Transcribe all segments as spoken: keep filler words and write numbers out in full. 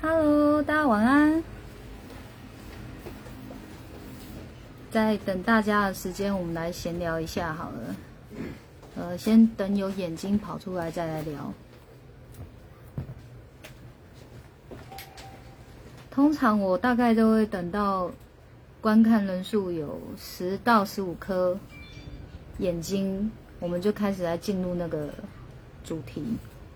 Hello， 大家晚安。在等大家的时间，我们来闲聊一下好了。呃，先等有眼睛跑出来再来聊。通常我大概都会等到观看人数有十到十五颗眼睛，我们就开始来进入那个主题。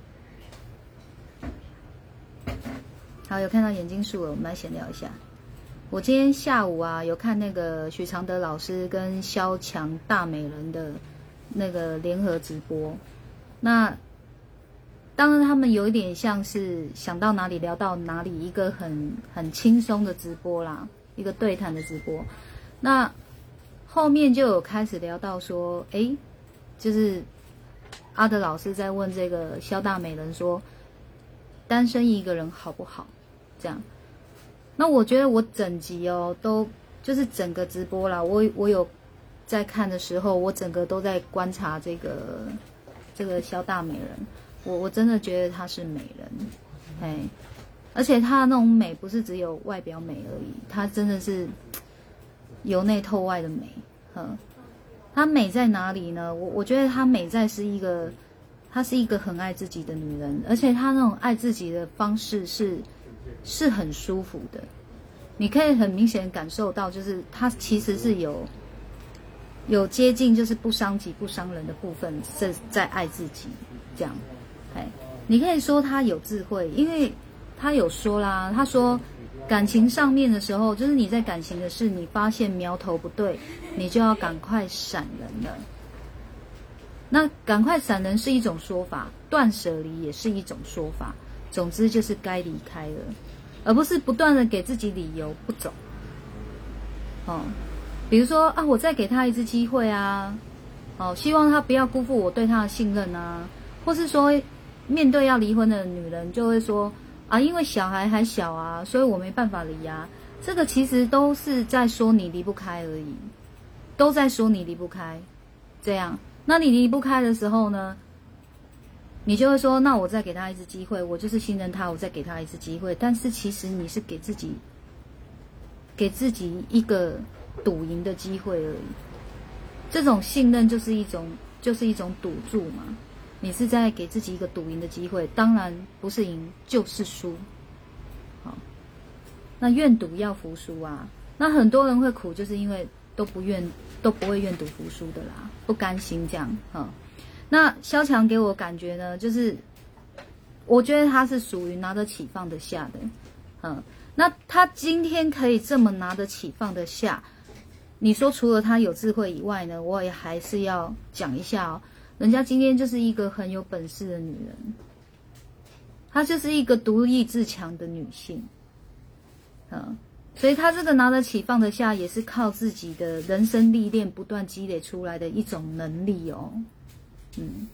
好，有看到眼睛数了，我们来闲聊一下。我今天下午啊，有看那个许常德老师跟萧蔷大美人的那个联合直播。那当然，他们有一点像是想到哪里聊到哪里，一个很很轻松的直播啦，一个对谈的直播。那后面就有开始聊到说，哎，就是阿德老师在问这个萧大美人说，单身一个人好不好？这样。那我觉得我整集哦，都就是整个直播啦，我我有在看的时候，我整个都在观察这个这个萧大美人。我我真的觉得她是美人，哎，而且她那种美不是只有外表美而已，她真的是由内透外的美。嗯，她美在哪里呢？我我觉得她美在是一个，她是一个很爱自己的女人，而且她那种爱自己的方式是是很舒服的。你可以很明显感受到，就是她其实是有有接近就是不伤己不伤人的部分，是在爱自己这样。哎，你可以说他有智慧，因为他有说啦，他说感情上面的时候，就是你在感情的事，你发现苗头不对，你就要赶快闪人了。那赶快闪人是一种说法，断舍离也是一种说法，总之就是该离开了，而不是不断的给自己理由不走。哦，比如说啊，我再给他一次机会啊，哦，希望他不要辜负我对他的信任啊，或是说面对要离婚的女人就会说啊，因为小孩还小啊，所以我没办法离啊。这个其实都是在说你离不开而已，都在说你离不开。这样，那你离不开的时候呢，你就会说，那我再给他一次机会，我就是信任他，我再给他一次机会。但是其实你是给自己给自己一个赌赢的机会而已。这种信任就是一种就是一种赌注嘛。你是在给自己一个赌赢的机会，当然不是赢就是输。好，那愿赌要服输啊。那很多人会苦，就是因为都不愿都不会愿赌服输的啦，不甘心这样。哈，那萧蔷给我感觉呢，就是我觉得他是属于拿得起放得下的。嗯，那他今天可以这么拿得起放得下，你说除了他有智慧以外呢，我也还是要讲一下哦。人家今天就是一个很有本事的女人，她就是一个独立自强的女性，嗯，所以她这个拿得起放得下，也是靠自己的人生历练不断积累出来的一种能力哦，嗯，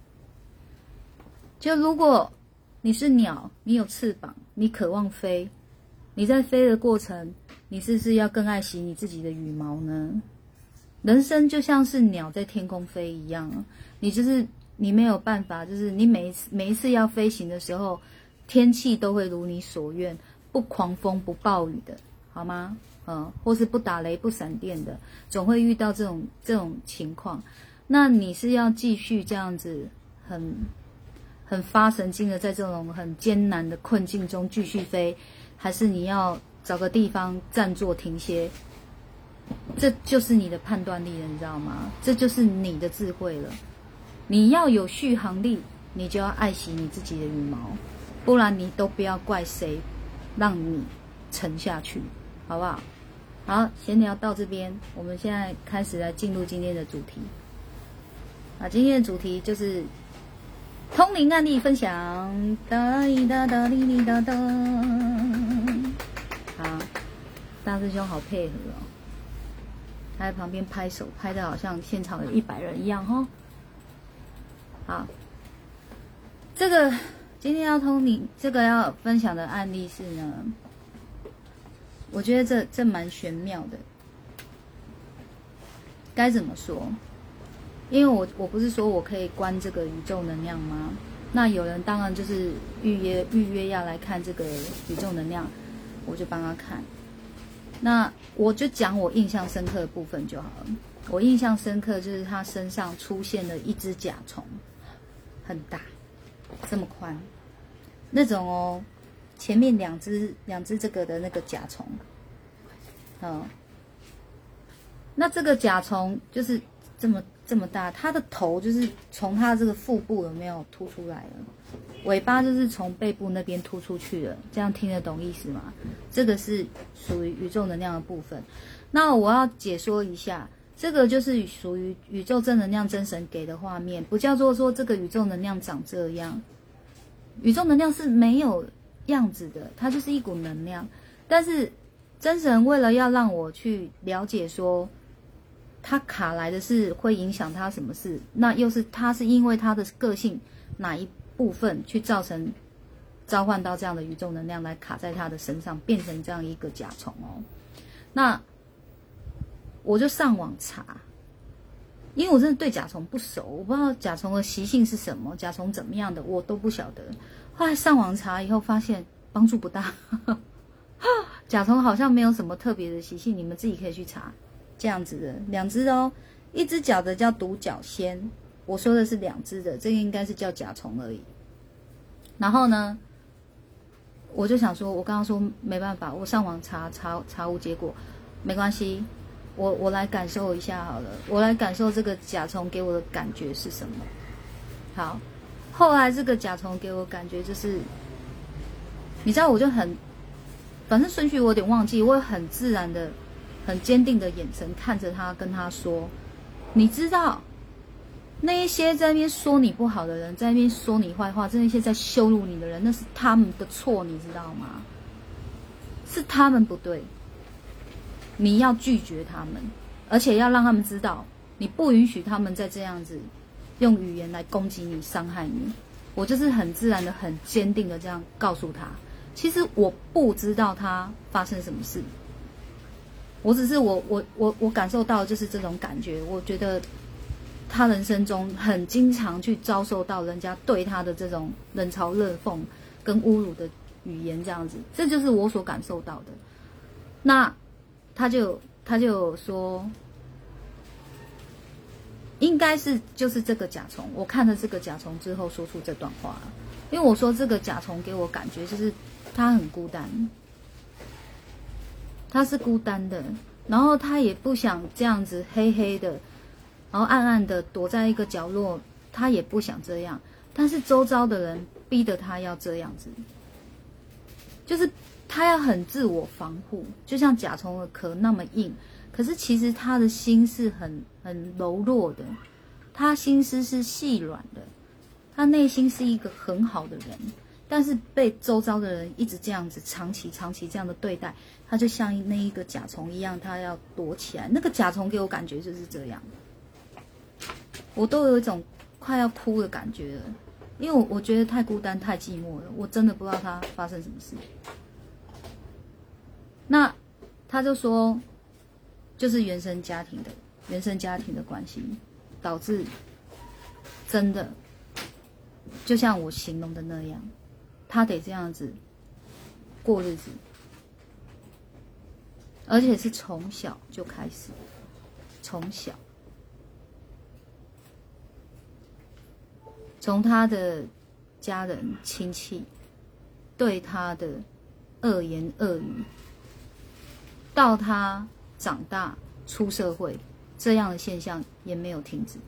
就如果你是鸟，你有翅膀，你渴望飞，你在飞的过程，你是不是要更爱惜你自己的羽毛呢？人生就像是鸟在天空飞一样，你就是你没有办法，就是你每一次每一次要飞行的时候，天气都会如你所愿，不狂风不暴雨的，好吗？嗯，或是不打雷不闪电的，总会遇到这种这种情况。那你是要继续这样子很很发神经的在这种很艰难的困境中继续飞，还是你要找个地方暂坐停歇？这就是你的判断力了，你知道吗？这就是你的智慧了。你要有续航力，你就要爱惜你自己的羽毛，不然你都不要怪谁让你沉下去，好不好？好，闲聊到这边，我们现在开始来进入今天的主题。啊，今天的主题就是通灵案例分享。哒哩哒哒哩哩哒哒。好，大师兄好配合哦。他在旁边拍手，拍的好像现场有一百人一样哈。好，这个今天要通灵，这个要分享的案例是呢，我觉得这这蛮玄妙的。该怎么说？因为我我不是说我可以关这个宇宙能量吗？ 那有人当然就是预约预约要来看这个宇宙能量，我就帮他看。那我就讲我印象深刻的部分就好了。我印象深刻就是他身上出现了一只甲虫，很大，这么宽，那种哦，前面两只两只这个的那个甲虫，嗯，那这个甲虫就是这么这么大，它的头就是从它的这个腹部有没有凸出来了，尾巴就是从背部那边凸出去了，这样听得懂意思吗？这个是属于宇宙能量的部分。那我要解说一下，这个就是属于宇宙正能量真神给的画面，不叫做说这个宇宙能量长这样。宇宙能量是没有样子的，它就是一股能量。但是真神为了要让我去了解说，他卡来的是会影响他什么事，那又是他是因为他的个性哪一部分去造成召唤到这样的宇宙能量来卡在他的身上，变成这样一个甲虫哦。那我就上网查，因为我真的对甲虫不熟，我不知道甲虫的习性是什么，甲虫怎么样的我都不晓得。后来上网查以后发现帮助不大，甲虫好像没有什么特别的习性，你们自己可以去查。这样子的两只哦，一只脚的叫独角仙，我说的是两只的，这个应该是叫甲虫而已。然后呢，我就想说，我刚刚说没办法，我上网查查查无结果，没关系，我我来感受一下好了，我来感受这个甲虫给我的感觉是什么。好，后来这个甲虫给我感觉就是，你知道，我就很，反正顺序我有点忘记，我很自然的。很坚定的眼神看着他，跟他说：“你知道，那一些在那边说你不好的人，在那边说你坏话，那些在羞辱你的人，那是他们的错，你知道吗？是他们不对，你要拒绝他们，而且要让他们知道，你不允许他们再这样子用语言来攻击你、伤害你。”我就是很自然的、很坚定的这样告诉他。其实我不知道他发生什么事。我只是我我我我感受到就是这种感觉，我觉得他人生中很经常去遭受到人家对他的这种冷嘲热讽跟侮辱的语言，这样子，这就是我所感受到的。那他就他就说，应该是就是这个甲虫，我看了这个甲虫之后说出这段话了，因为我说这个甲虫给我感觉就是他很孤单。他是孤单的，然后他也不想这样子黑黑的，然后暗暗的躲在一个角落，他也不想这样，但是周遭的人逼得他要这样子，就是他要很自我防护，就像甲虫的壳那么硬，可是其实他的心是很很柔弱的，他心思是细软的，他内心是一个很好的人。但是被周遭的人一直这样子长期长期这样的对待，他就像那一个甲虫一样，他要躲起来。那个甲虫给我感觉就是这样，我都有一种快要哭的感觉了，因为我我觉得太孤单太寂寞了，我真的不知道他发生什么事。那他就说，就是原生家庭的原生家庭的关系，导致真的就像我形容的那样。他得这样子过日子，而且是从小就开始，从小，从他的家人亲戚对他的恶言恶语，到他长大出社会，这样的现象也没有停止。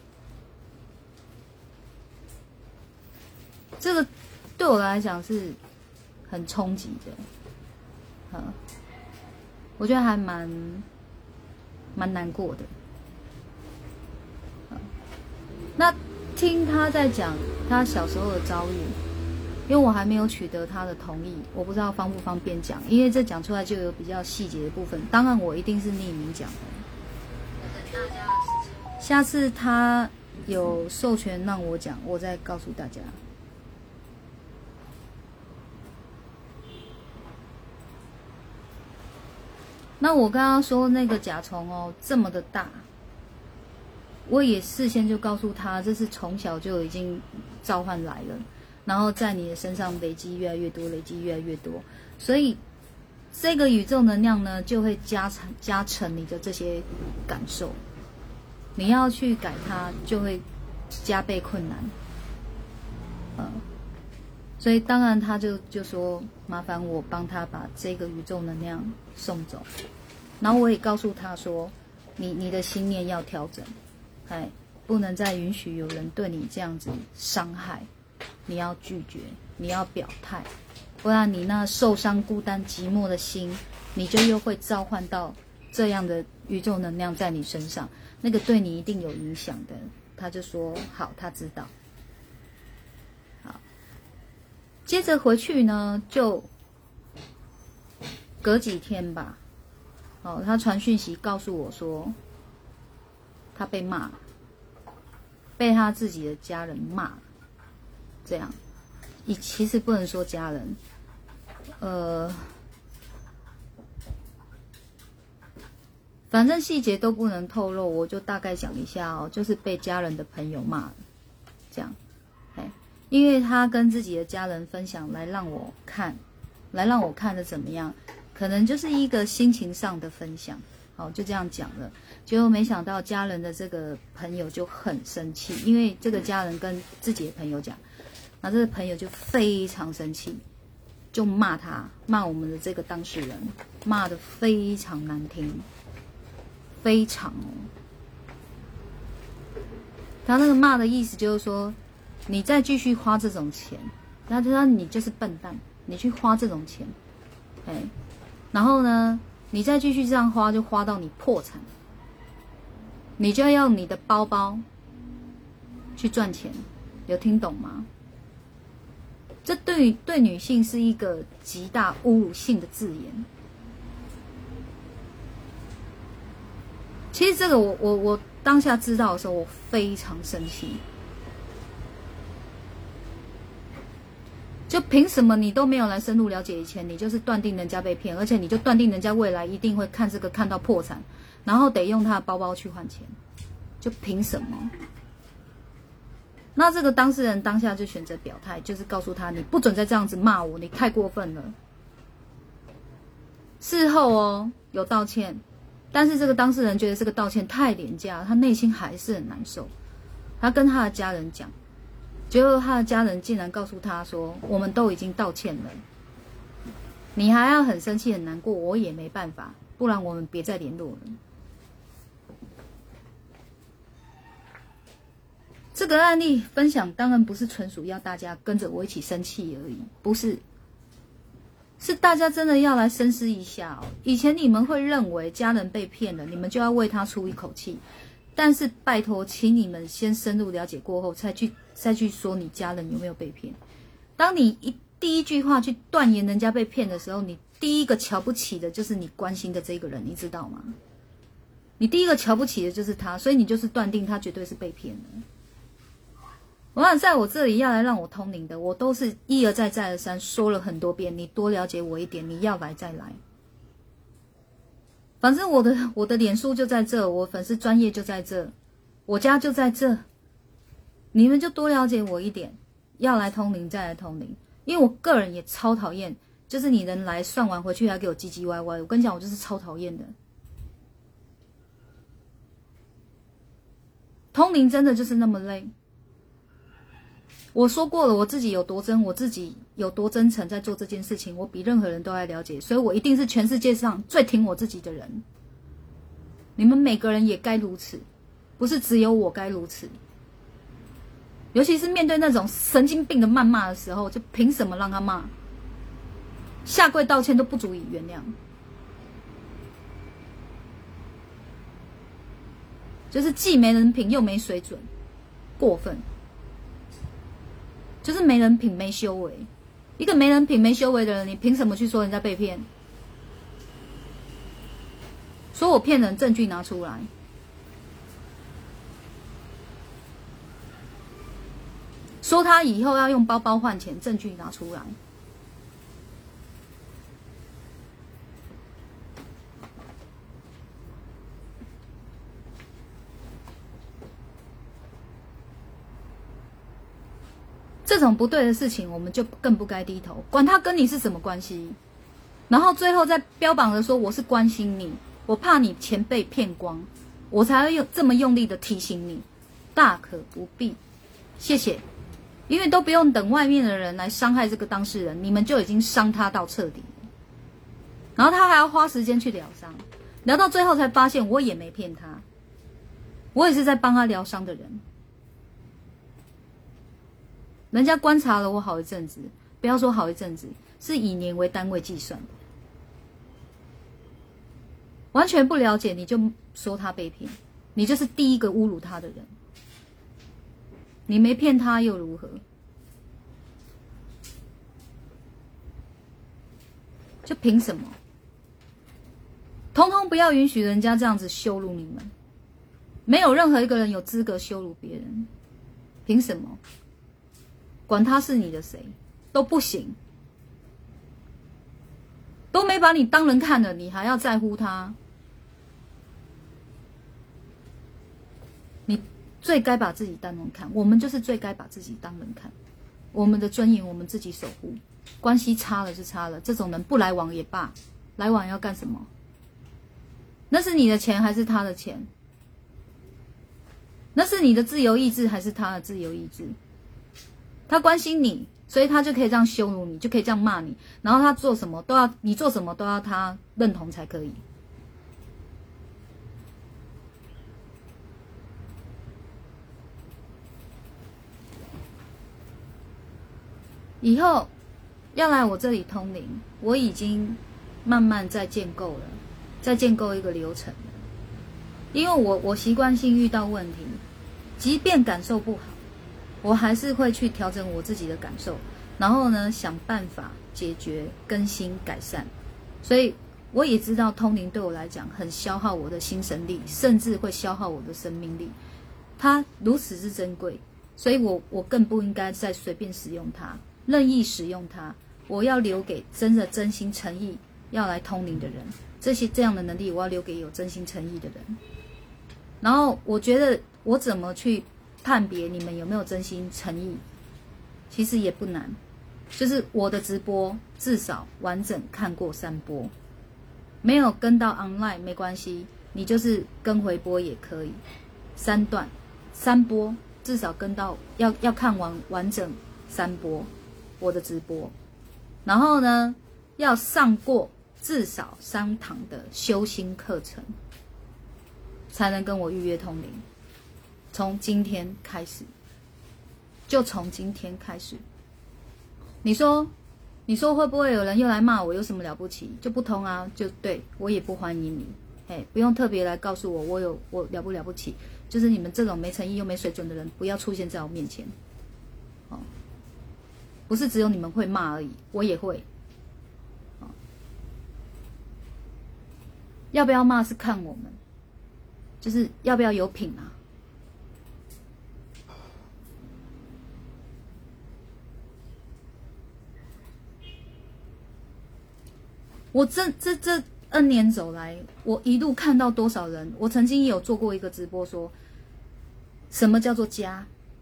这个对我来讲是很冲击的，嗯，我觉得还蛮蛮难过的。嗯，那听他在讲他小时候的遭遇，因为我还没有取得他的同意，我不知道方不方便讲，因为这讲出来就有比较细节的部分。当然，我一定是匿名讲的。下次他有授权让我讲，我再告诉大家。那我刚刚说那个甲虫哦，这么的大， 我也事先就告诉他，这是从小就已经召唤来了，然后在你的身上累积越来越多，累积越来越多，所以这个宇宙能量呢，就会加成加成你的这些感受。你要去改它，就会加倍困难。呃，所以当然他就就说，麻烦我帮他把这个宇宙能量送走。然后我也告诉他说，你你的心念要调整。哎，不能再允许有人对你这样子伤害，你要拒绝，你要表态，不然你那受伤、孤单、寂寞的心，你就又会召唤到这样的宇宙能量在你身上，那个对你一定有影响的。他就说好，他知道。好，接着回去呢，就隔几天吧，哦，他传讯息告诉我说，他被骂了，被他自己的家人骂了，这样，你其实不能说家人，呃，反正细节都不能透露，我就大概讲一下哦，就是被家人的朋友骂了，这样，哎，因为他跟自己的家人分享来让我看，来让我看的怎么样，可能就是一个心情上的分享。好，就这样讲了，结果没想到家人的这个朋友就很生气，因为这个家人跟自己的朋友讲，那这个朋友就非常生气，就骂他，骂我们的这个当事人，骂得非常难听，非常哦。他那个骂的意思就是说，你再继续花这种钱，他就说你就是笨蛋，你去花这种钱，哎，然后呢？你再继续这样花，就花到你破产，你就要用你的包包去赚钱，有听懂吗？这对对女性是一个极大侮辱性的字眼。其实这个我我我当下知道的时候，我非常生气。就凭什么你都没有来深入了解以前，你就是断定人家被骗，而且你就断定人家未来一定会看这个看到破产，然后得用他的包包去换钱，就凭什么？那这个当事人当下就选择表态，就是告诉他你不准再这样子骂我，你太过分了。事后哦有道歉，但是这个当事人觉得这个道歉太廉价，他内心还是很难受，他跟他的家人讲。结果他的家人竟然告诉他说，我们都已经道歉了，你还要很生气很难过，我也没办法，不然我们别再联络了。这个案例分享当然不是纯属要大家跟着我一起生气而已，不是，是大家真的要来深思一下哦。以前你们会认为家人被骗了，你们就要为他出一口气，但是拜托，请你们先深入了解过后，才去再去说你家人有没有被骗。当你一第一句话去断言人家被骗的时候，你第一个瞧不起的就是你关心的这个人，你知道吗？你第一个瞧不起的就是他，所以你就是断定他绝对是被骗的。我想在我这里要来让我通灵的，我都是一而再再而三说了很多遍，你多了解我一点，你要来再来。反正我的我的脸书就在这，我粉丝专业就在这，我家就在这，你们就多了解我一点，要来通灵再来通灵，因为我个人也超讨厌，就是你人来算完回去还给我唧唧歪歪，我跟你讲，我就是超讨厌的。通灵真的就是那么累。我说过了，我自己有多真，我自己有多真诚，在做这件事情，我比任何人都还了解，所以我一定是全世界上最挺我自己的人。你们每个人也该如此，不是只有我该如此。尤其是面对那种神经病的谩骂的时候，就凭什么让他骂？下跪道歉都不足以原谅，就是既没人品又没水准，过分。就是没人品没修为，一个没人品没修为的人，你凭什么去说人家被骗？说我骗人，证据拿出来。说他以后要用包包换钱，证据拿出来。 这种不对的事情，我们就更不该低头，管他跟你是什么关系。然后最后再标榜着说我是关心你，我怕你钱被骗光，我才会用这么用力的提醒你，大可不必，谢谢。因为都不用等外面的人来伤害这个当事人，你们就已经伤他到彻底了，然后他还要花时间去疗伤，聊到最后才发现我也没骗他，我也是在帮他疗伤的人。人家观察了我好一阵子，不要说好一阵子，是以年为单位计算的。完全不了解你就说他被骗，你就是第一个侮辱他的人。你没骗他又如何？就凭什么？通通不要允许人家这样子羞辱你们。没有任何一个人有资格羞辱别人，凭什么？管他是你的谁，都不行。都没把你当人看了，你还要在乎他？你最该把自己当人看，我们就是最该把自己当人看。我们的尊严我们自己守护，关系差了是差了，这种人不来往也罢，来往要干什么？那是你的钱还是他的钱？那是你的自由意志还是他的自由意志？他关心你，所以他就可以这样羞辱你，就可以这样骂你，然后他做什么都要，你做什么都要他认同才可以。以后要来我这里通灵，我已经慢慢在建构了，在建构一个流程了。因为我我习惯性遇到问题，即便感受不好，我还是会去调整我自己的感受，然后呢想办法解决、更新、改善。所以我也知道通灵对我来讲很消耗我的心神力，甚至会消耗我的生命力。它如此之珍贵，所以我我更不应该再随便使用它，任意使用它。我要留给真的真心诚意要来通灵的人，这些这样的能力我要留给有真心诚意的人。然后我觉得我怎么去判别你们有没有真心诚意，其实也不难，就是我的直播至少完整看过三波，没有跟到 online 没关系，你就是跟回播也可以，三段三波至少跟到，要要看完完整三波我的直播，然后呢要上过至少三堂的修心课程，才能跟我预约通灵。从今天开始，就从今天开始。你说，你说会不会有人又来骂我？有什么了不起？就不通啊，就对我也不欢迎你。哎，不用特别来告诉我我有我了不了不起，就是你们这种没诚意又没水准的人，不要出现在我面前。哦，不是只有你们会骂而已，我也会。哦，要不要骂是看我们，就是要不要有品啊。我这这这 N 年走来，我一路看到多少人。我曾经也有做过一个直播说，什么叫做家？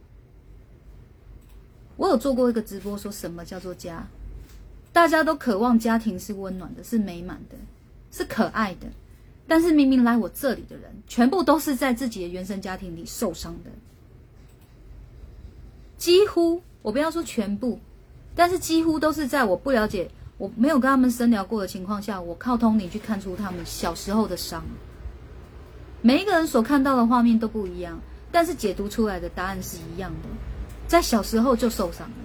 我有做过一个直播说什么叫做家？大家都渴望家庭是温暖的，是美满的，是可爱的。但是明明来我这里的人，全部都是在自己的原生家庭里受伤的。几乎，我不要说全部，但是几乎都是在我不了解，我没有跟他们深聊过的情况下，我靠通灵去看出他们小时候的伤。每一个人所看到的画面都不一样，但是解读出来的答案是一样的，在小时候就受伤了。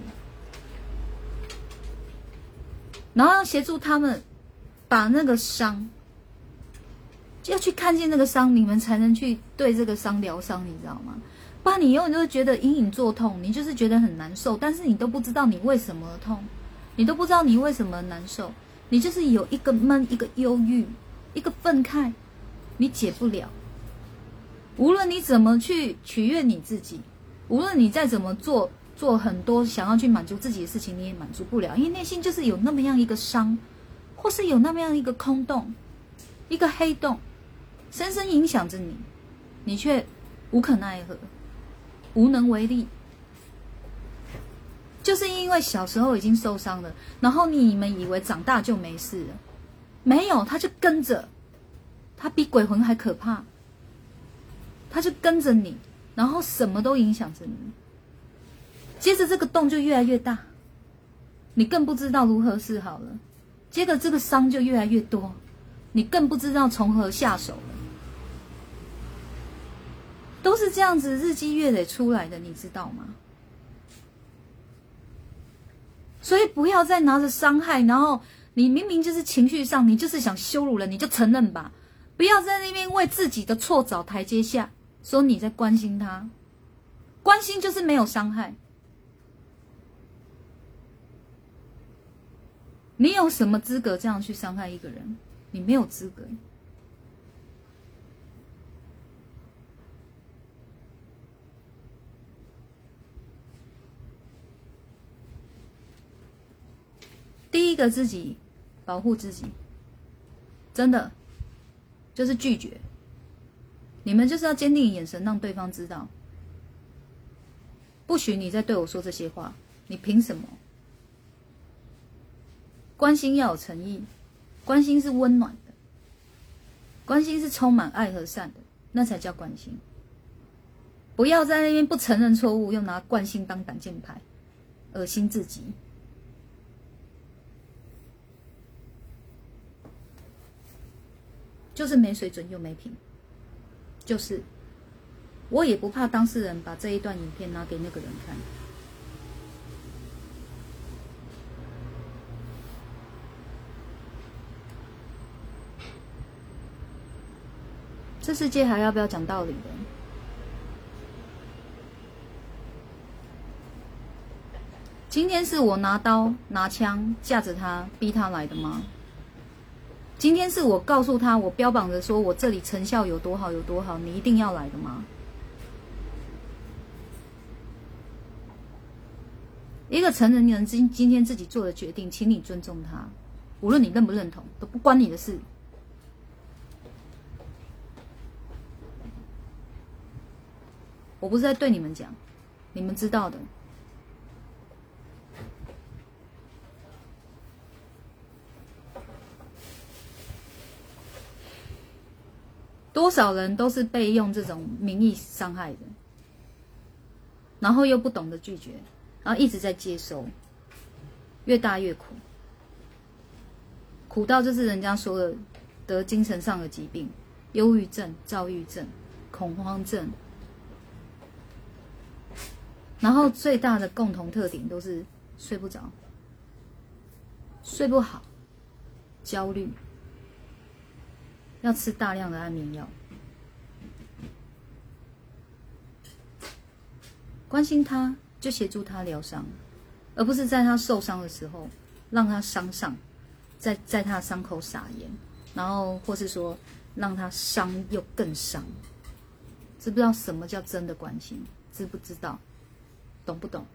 然后要协助他们把那个伤，要去看见那个伤，你们才能去对这个伤疗伤，你知道吗？不然你永远都会觉得隐隐作痛，你就是觉得很难受，但是你都不知道你为什么痛，你都不知道你为什么难受，你就是有一个闷，一个忧郁，一个愤慨，你解不了。无论你怎么去取悦你自己，无论你再怎么做做很多想要去满足自己的事情，你也满足不了，因为内心就是有那么样一个伤，或是有那么样一个空洞，一个黑洞，深深影响着你，你却无可奈何，无能为力。 就是因为小时候已经受伤了，然后你们以为长大就没事了，没有，他就跟着，他比鬼魂还可怕，他就跟着你，然后什么都影响着你。接着这个洞就越来越大，你更不知道如何是好了。接着这个伤就越来越多，你更不知道从何下手了。都是这样子日积月累出来的，你知道吗？所以不要再拿着伤害，然后你明明就是情绪上，你就是想羞辱人，你就承认吧，不要在那边为自己的错找台阶下，说你在关心他，关心就是没有伤害。你有什么资格这样去伤害一个人？你没有资格。第一个自己保护自己，真的就是拒绝。你们就是要坚定眼神，让对方知道，不许你再对我说这些话，你凭什么？关心要有诚意，关心是温暖的，关心是充满爱和善的，那才叫关心。不要在那边不承认错误，又拿关心当挡箭牌，恶心自己。就是没水准又没品，就是我也不怕当事人把这一段影片拿给那个人看。这世界还要不要讲道理的？今天是我拿刀拿枪架着他逼他来的吗？今天是我告诉他，我标榜着说我这里成效有多好有多好，你一定要来的吗？一个成人人今今天自己做的决定，请你尊重他，无论你认不认同，都不关你的事。我不是在对你们讲，你们知道的。多少人都是被用这种名义伤害的，然后又不懂得拒绝，然后一直在接收，越大越苦，苦到就是人家说的得精神上的疾病，忧郁症、躁郁症、恐慌症，然后最大的共同特点都是睡不着、睡不好、焦虑。要吃大量的安眠药，关心他就协助他疗伤，而不是在他受伤的时候让他伤上，在在他的伤口撒盐，然后或是说让他伤又更伤。知不知道什么叫真的关心？知不知道？懂不懂？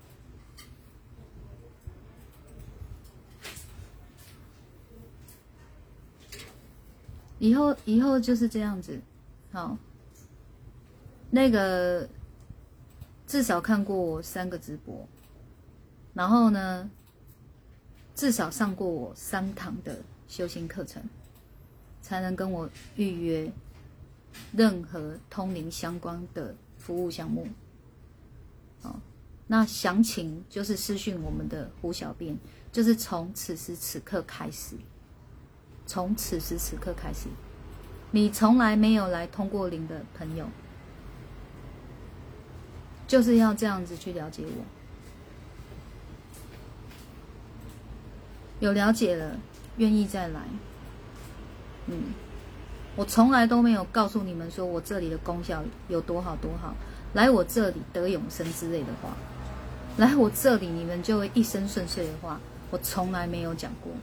以后以后就是这样子，好。那个至少看过我三个直播，然后呢，至少上过我三堂的修行课程，才能跟我预约任何通灵相关的服务项目。好，那详情就是私讯我们的胡小编，就是从此时此刻开始。从此时此刻开始，你从来没有来通过灵的朋友，就是要这样子去了解我。有了解了，愿意再来。嗯，我从来都没有告诉你们说我这里的功效有多好多好，来我这里得永生之类的话，来我这里你们就会一生顺遂的话，我从来没有讲过。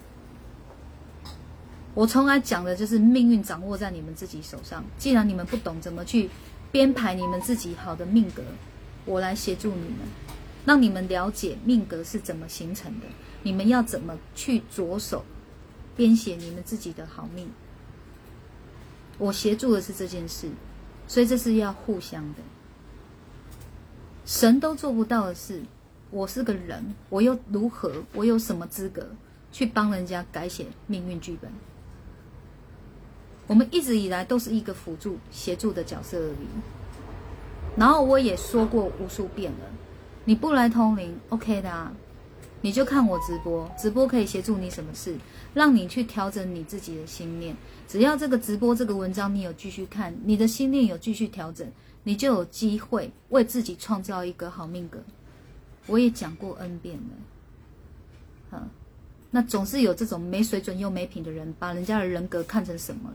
我从来讲的就是命运掌握在你们自己手上。既然你们不懂怎么去编排你们自己好的命格，我来协助你们，让你们了解命格是怎么形成的，你们要怎么去着手编写你们自己的好命。我协助的是这件事，所以这是要互相的。神都做不到的事， 我是个人，我又如何？我有什么资格去帮人家改写命运剧本？我们一直以来都是一个辅助、协助的角色而已。然后我也说过无数遍了，你不来通灵 ，OK 的啊，你就看我直播，直播可以协助你什么事，让你去调整你自己的心念。只要这个直播、这个文章你有继续看，你的心念有继续调整，你就有机会为自己创造一个好命格。我也讲过 N 遍了，嗯，那总是有这种没水准又没品的人，把人家的人格看成什么了？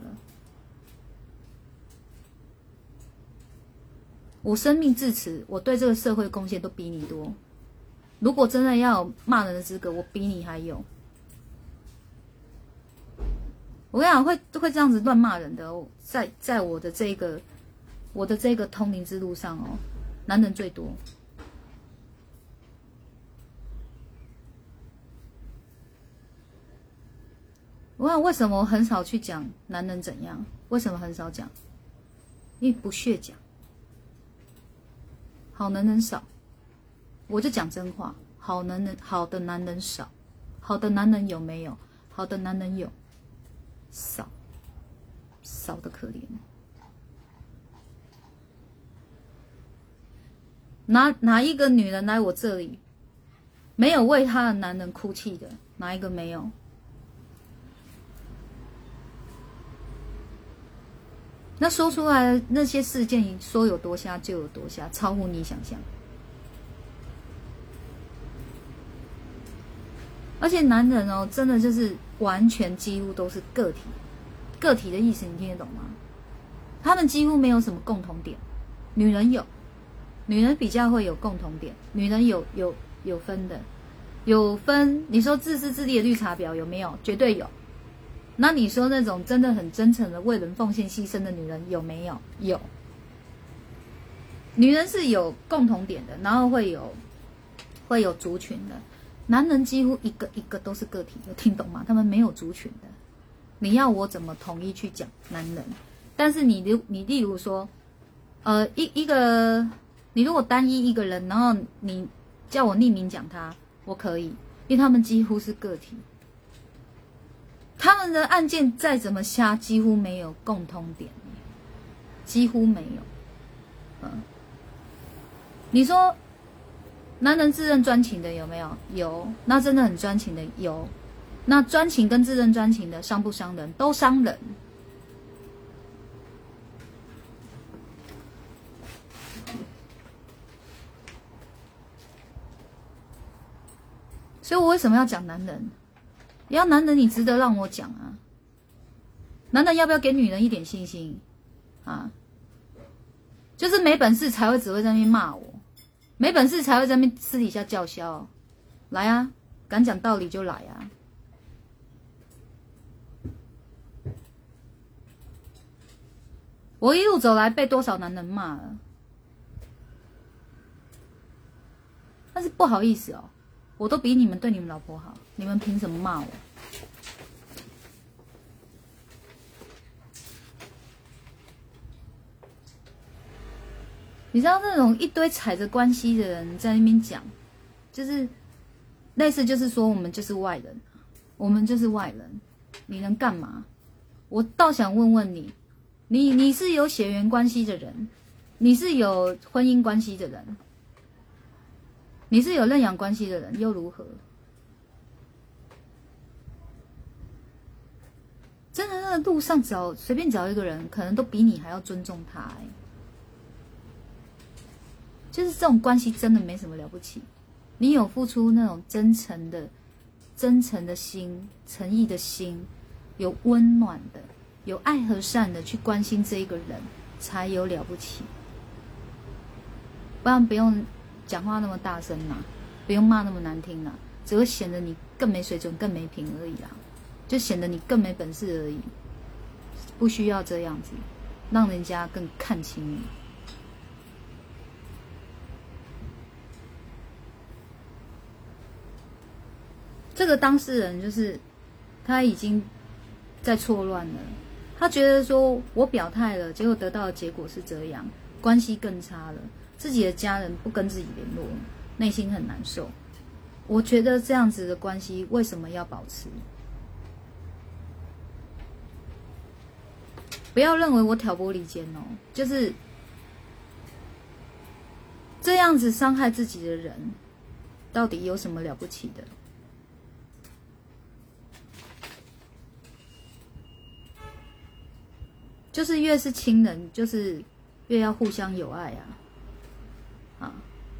我生命至此，我对这个社会贡献都比你多。如果真的要有骂人的资格，我比你还有。我跟你讲，会会这样子乱骂人的哦，在在我的这个我的这个通灵之路上哦，男人最多。我想为什么我很少去讲男人怎样？为什么很少讲？因为不屑讲。好男人少，我就讲真话。好男人，好的男人少，好的男人有没有？好的男人有，少，少的可怜。哪哪一个女人来我这里，没有为她的男人哭泣的？哪一个没有？那说出来的那些事件，说有多瞎就有多瞎，超乎你想象。而且男人哦，真的就是完全几乎都是个体，个体的意思你听得懂吗？他们几乎没有什么共同点。女人有，女人比较会有共同点，女人有有有分的，有分。你说自私自利的绿茶婊有没有？绝对有。那你说那种真的很真诚的为人奉献牺牲的女人有没有？有。女人是有共同点的，然后会有会有族群的。男人几乎一个一个都是个体，有听懂吗？他们没有族群的。你要我怎么统一去讲男人？但是你你例如说，呃，一一个你如果单一一个人，然后你叫我匿名讲他，我可以，因为他们几乎是个体。他们的案件再怎么瞎，几乎没有共通点，几乎没有。嗯，你说男人自认专情的有没有？有，那真的很专情的有。那专情跟自认专情的伤不伤人？都伤人。所以我为什么要讲男人？也要男人，你值得让我讲啊！男人要不要给女人一点信心啊？就是没本事才会只会在那边骂我，没本事才会在那边私底下叫嚣。来啊，敢讲道理就来啊！我一路走来被多少男人骂了，但是不好意思哦。我都比你们对你们老婆好，你们凭什么骂我？你知道那种一堆踩着关系的人在那边讲，就是类似就是说我们就是外人，我们就是外人，你能干嘛？我倒想问问你，你你是有血缘关系的人，你是有婚姻关系的人。你是有认养关系的人，又如何？真的，那个路上找随便找一个人，可能都比你还要尊重他、欸。就是这种关系真的没什么了不起。你有付出那种真诚的、真诚的心、诚意的心，有温暖的、有爱和善的去关心这一个人，才有了不起。不然不用讲话那么大声啦、啊，不用骂那么难听啦、啊，只会显得你更没水准、更没品而已啦，就显得你更没本事而已。不需要这样子，让人家更看清你。这个当事人就是他已经在错乱了，他觉得说我表态了，结果得到的结果是这样，关系更差了。自己的家人不跟自己联络， 内心很难受。我觉得这样子的关系为什么要保持？不要认为我挑拨离间哦，就是这样子伤害自己的人，到底有什么了不起的？就是越是亲人，就是越要互相有爱啊！啊！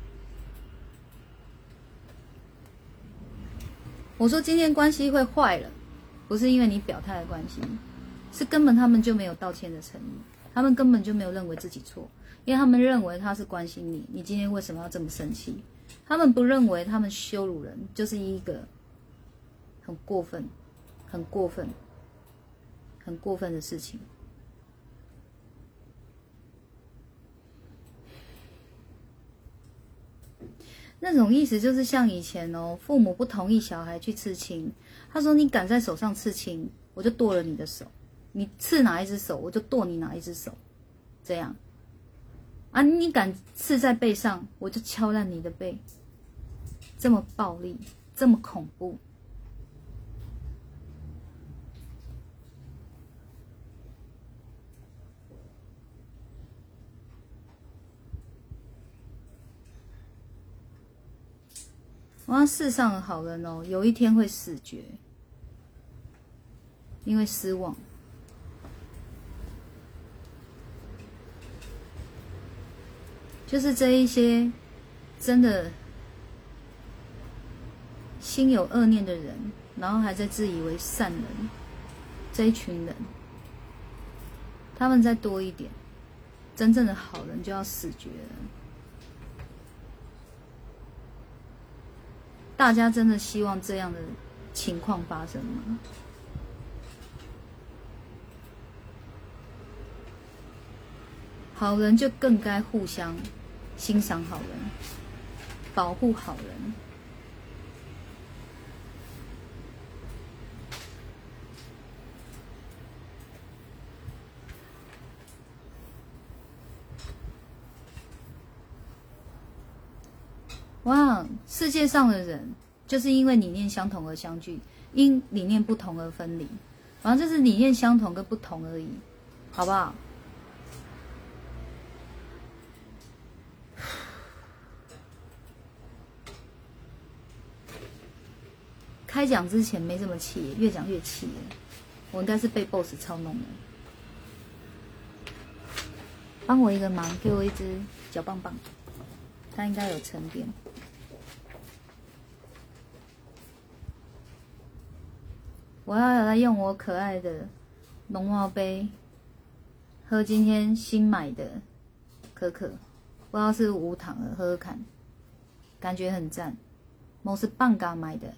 我说今天关系会坏了，不是因为你表态的关系，是根本他们就没有道歉的诚意，他们根本就没有认为自己错，因为他们认为他是关心你，你今天为什么要这么生气？他们不认为他们羞辱人就是一个很过分、很过分、很过分的事情。那种意思就是像以前哦，父母不同意小孩去刺青，他说你敢在手上刺青，我就剁了你的手；你刺哪一只手，我就剁你哪一只手。这样啊，你敢刺在背上，我就敲烂你的背。这么暴力，这么恐怖。我要世上的好人哦，有一天会死绝，因为失望。就是这一些真的心有恶念的人，然后还在自以为善人，这一群人，他们再多一点，真正的好人就要死绝了。大家真的希望这样的情况发生吗？好人就更该互相欣赏好人，保护好人。哇，世界上的人就是因为理念相同而相聚，因理念不同而分离，反正就是理念相同跟不同而已，好不好？开讲之前没这么气，越讲越气了。我应该是被 boss 操弄了。帮我一个忙，给我一支小棒棒，它应该有沉淀。我要来用我可爱的龙猫杯喝今天新买的可可，不知道是无糖的，喝喝看，感觉很赞。我是棒嘎买的，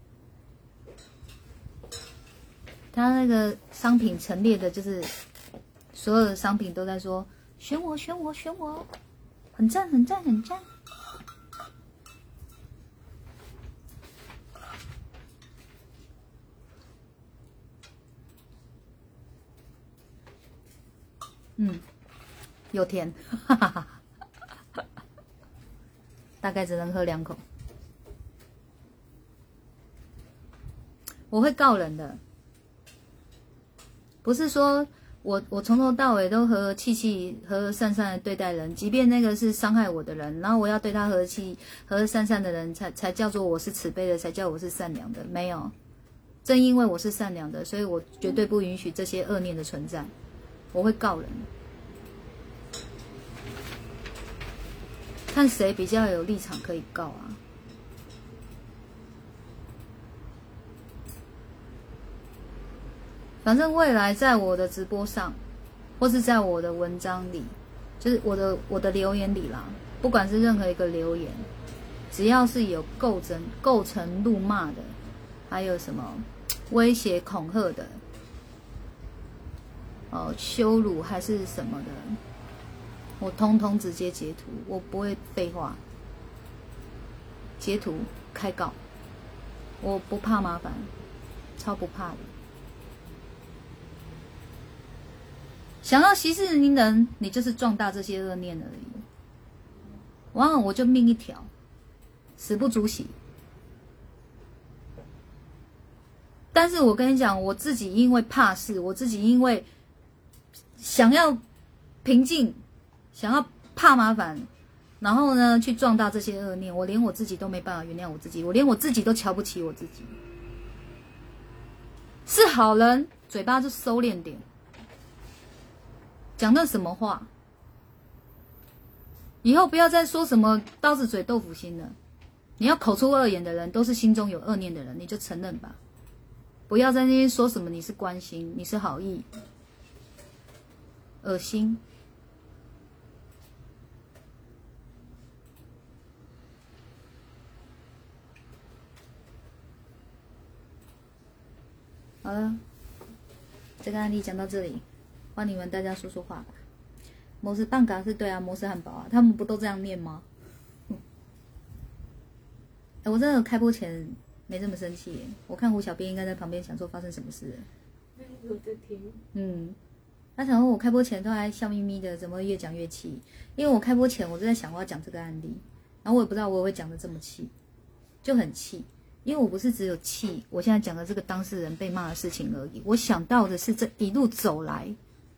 它那个商品陈列的，就是所有的商品都在说选我选我选我，很赞很赞很赞。嗯，有甜，哈哈哈，大概只能喝两口。我会告人的，不是说我我从头到尾都和和气气、和和善善的对待人，即便那个是伤害我的人，然后我要对他和气、和和善善的人才才叫做我是慈悲的，才叫我是善良的。没有，正因为我是善良的，所以我绝对不允许这些恶念的存在。我会告人，看谁比较有立场可以告啊。反正未来在我的直播上，或是在我的文章里，就是我的我的留言里啦，不管是任何一个留言，只要是有构成构成辱骂的，还有什么威胁恐吓的，哦，羞辱还是什么的，我通通直接截图，我不会废话，截图开告，我不怕麻烦，超不怕的。想要息事宁人，你就是壮大这些恶念而已。哇，我就命一条， 死不足惜。但是我跟你讲，我自己因为怕事，我自己因为想要平静，想要怕麻烦，然后呢去壮大这些恶念，我连我自己都没办法原谅我自己，我连我自己都瞧不起我自己。是好人，嘴巴就收敛点，讲那什么话，以后不要再说什么刀子嘴豆腐心了。你要口出恶言的人，都是心中有恶念的人，你就承认吧。不要在那边说什么你是关心，你是好意，恶心。好了，这个案例讲到这里，换你们大家说说话吧。摩斯半嘎是对啊，摩斯汉堡啊，他们不都这样念吗？欸、我真的开播前没这么生气耶，我看胡小编应该在旁边想说发生什么事了。 我在听。 嗯，他想说我开播前都还笑眯眯的，怎么越讲越气？因为我开播前我就在想我要讲这个案例，然后我也不知道我会讲的这么气，就很气。因为我不是只有气我现在讲的这个当事人被骂的事情而已，我想到的是这一路走来，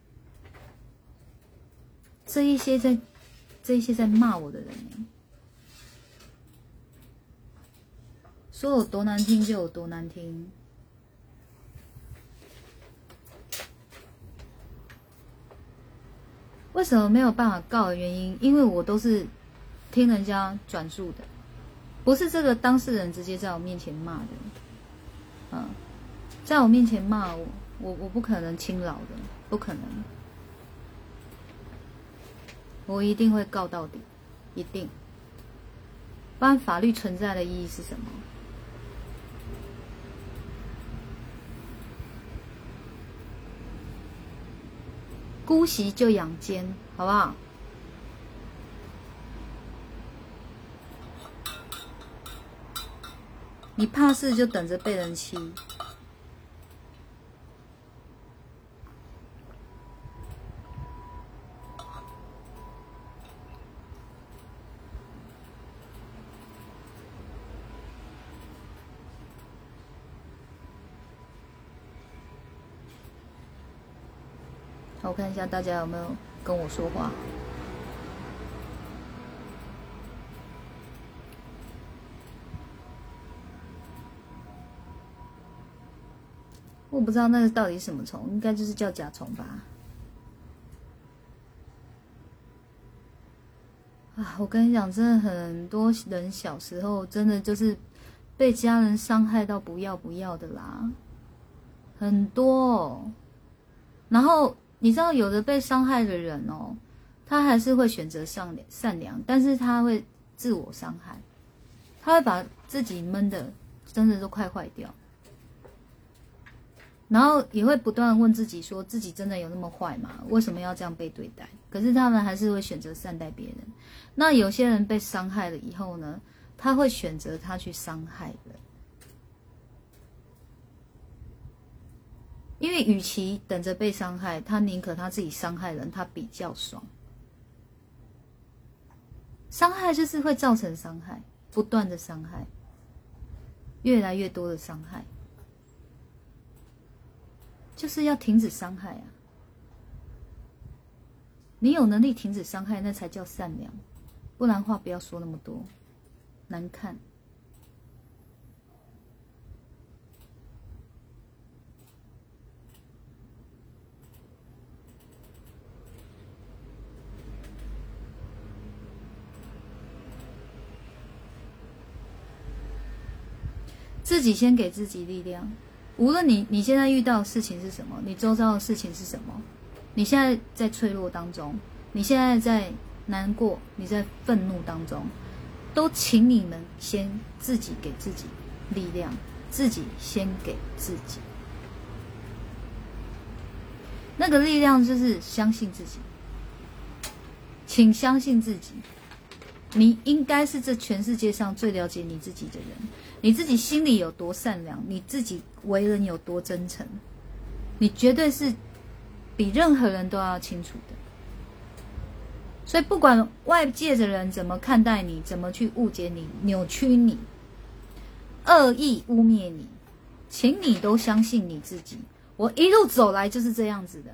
这一些在这一些在骂我的人，说有多难听就有多难听。为什么没有办法告的原因，因为我都是听人家转述的，不是这个当事人直接在我面前骂的。嗯，在我面前骂我，我我不可能轻饶的，不可能。我一定会告到底，一定。不然法律存在的意义是什么？姑息就养奸，好不好？你怕事就等着被人欺。我看一下大家有没有跟我说话。我不知道那个到底是什么虫，应该就是叫甲虫吧。啊，我跟你讲，真的很多人小时候真的就是被家人伤害到不要不要的啦，很多哦。然后你知道，有的被伤害的人哦，他还是会选择善良善良，但是他会自我伤害，他会把自己闷的真的都快坏掉。然后也会不断问自己说，自己真的有那么坏吗？为什么要这样被对待？可是他们还是会选择善待别人。那有些人被伤害了以后呢，他会选择他去伤害人，因为与其等着被伤害，他宁可他自己伤害人，他比较爽。伤害就是会造成伤害，不断的伤害，越来越多的伤害。就是要停止伤害啊！你有能力停止伤害，那才叫善良，不然话不要说那么多，难看。自己先给自己力量。无论你你现在遇到的事情是什么，你周遭的事情是什么，你现在在脆弱当中，你现在在难过，你在愤怒当中，都请你们先自己给自己力量，自己先给自己。那个力量就是相信自己，请相信自己。你应该是这全世界上最了解你自己的人，你自己心里有多善良，你自己为人有多真诚，你绝对是比任何人都要清楚的。 所以不管外界的人怎么看待你，怎么去误解你、扭曲你、恶意污蔑你，请你都相信你自己。我一路走来就是这样子的。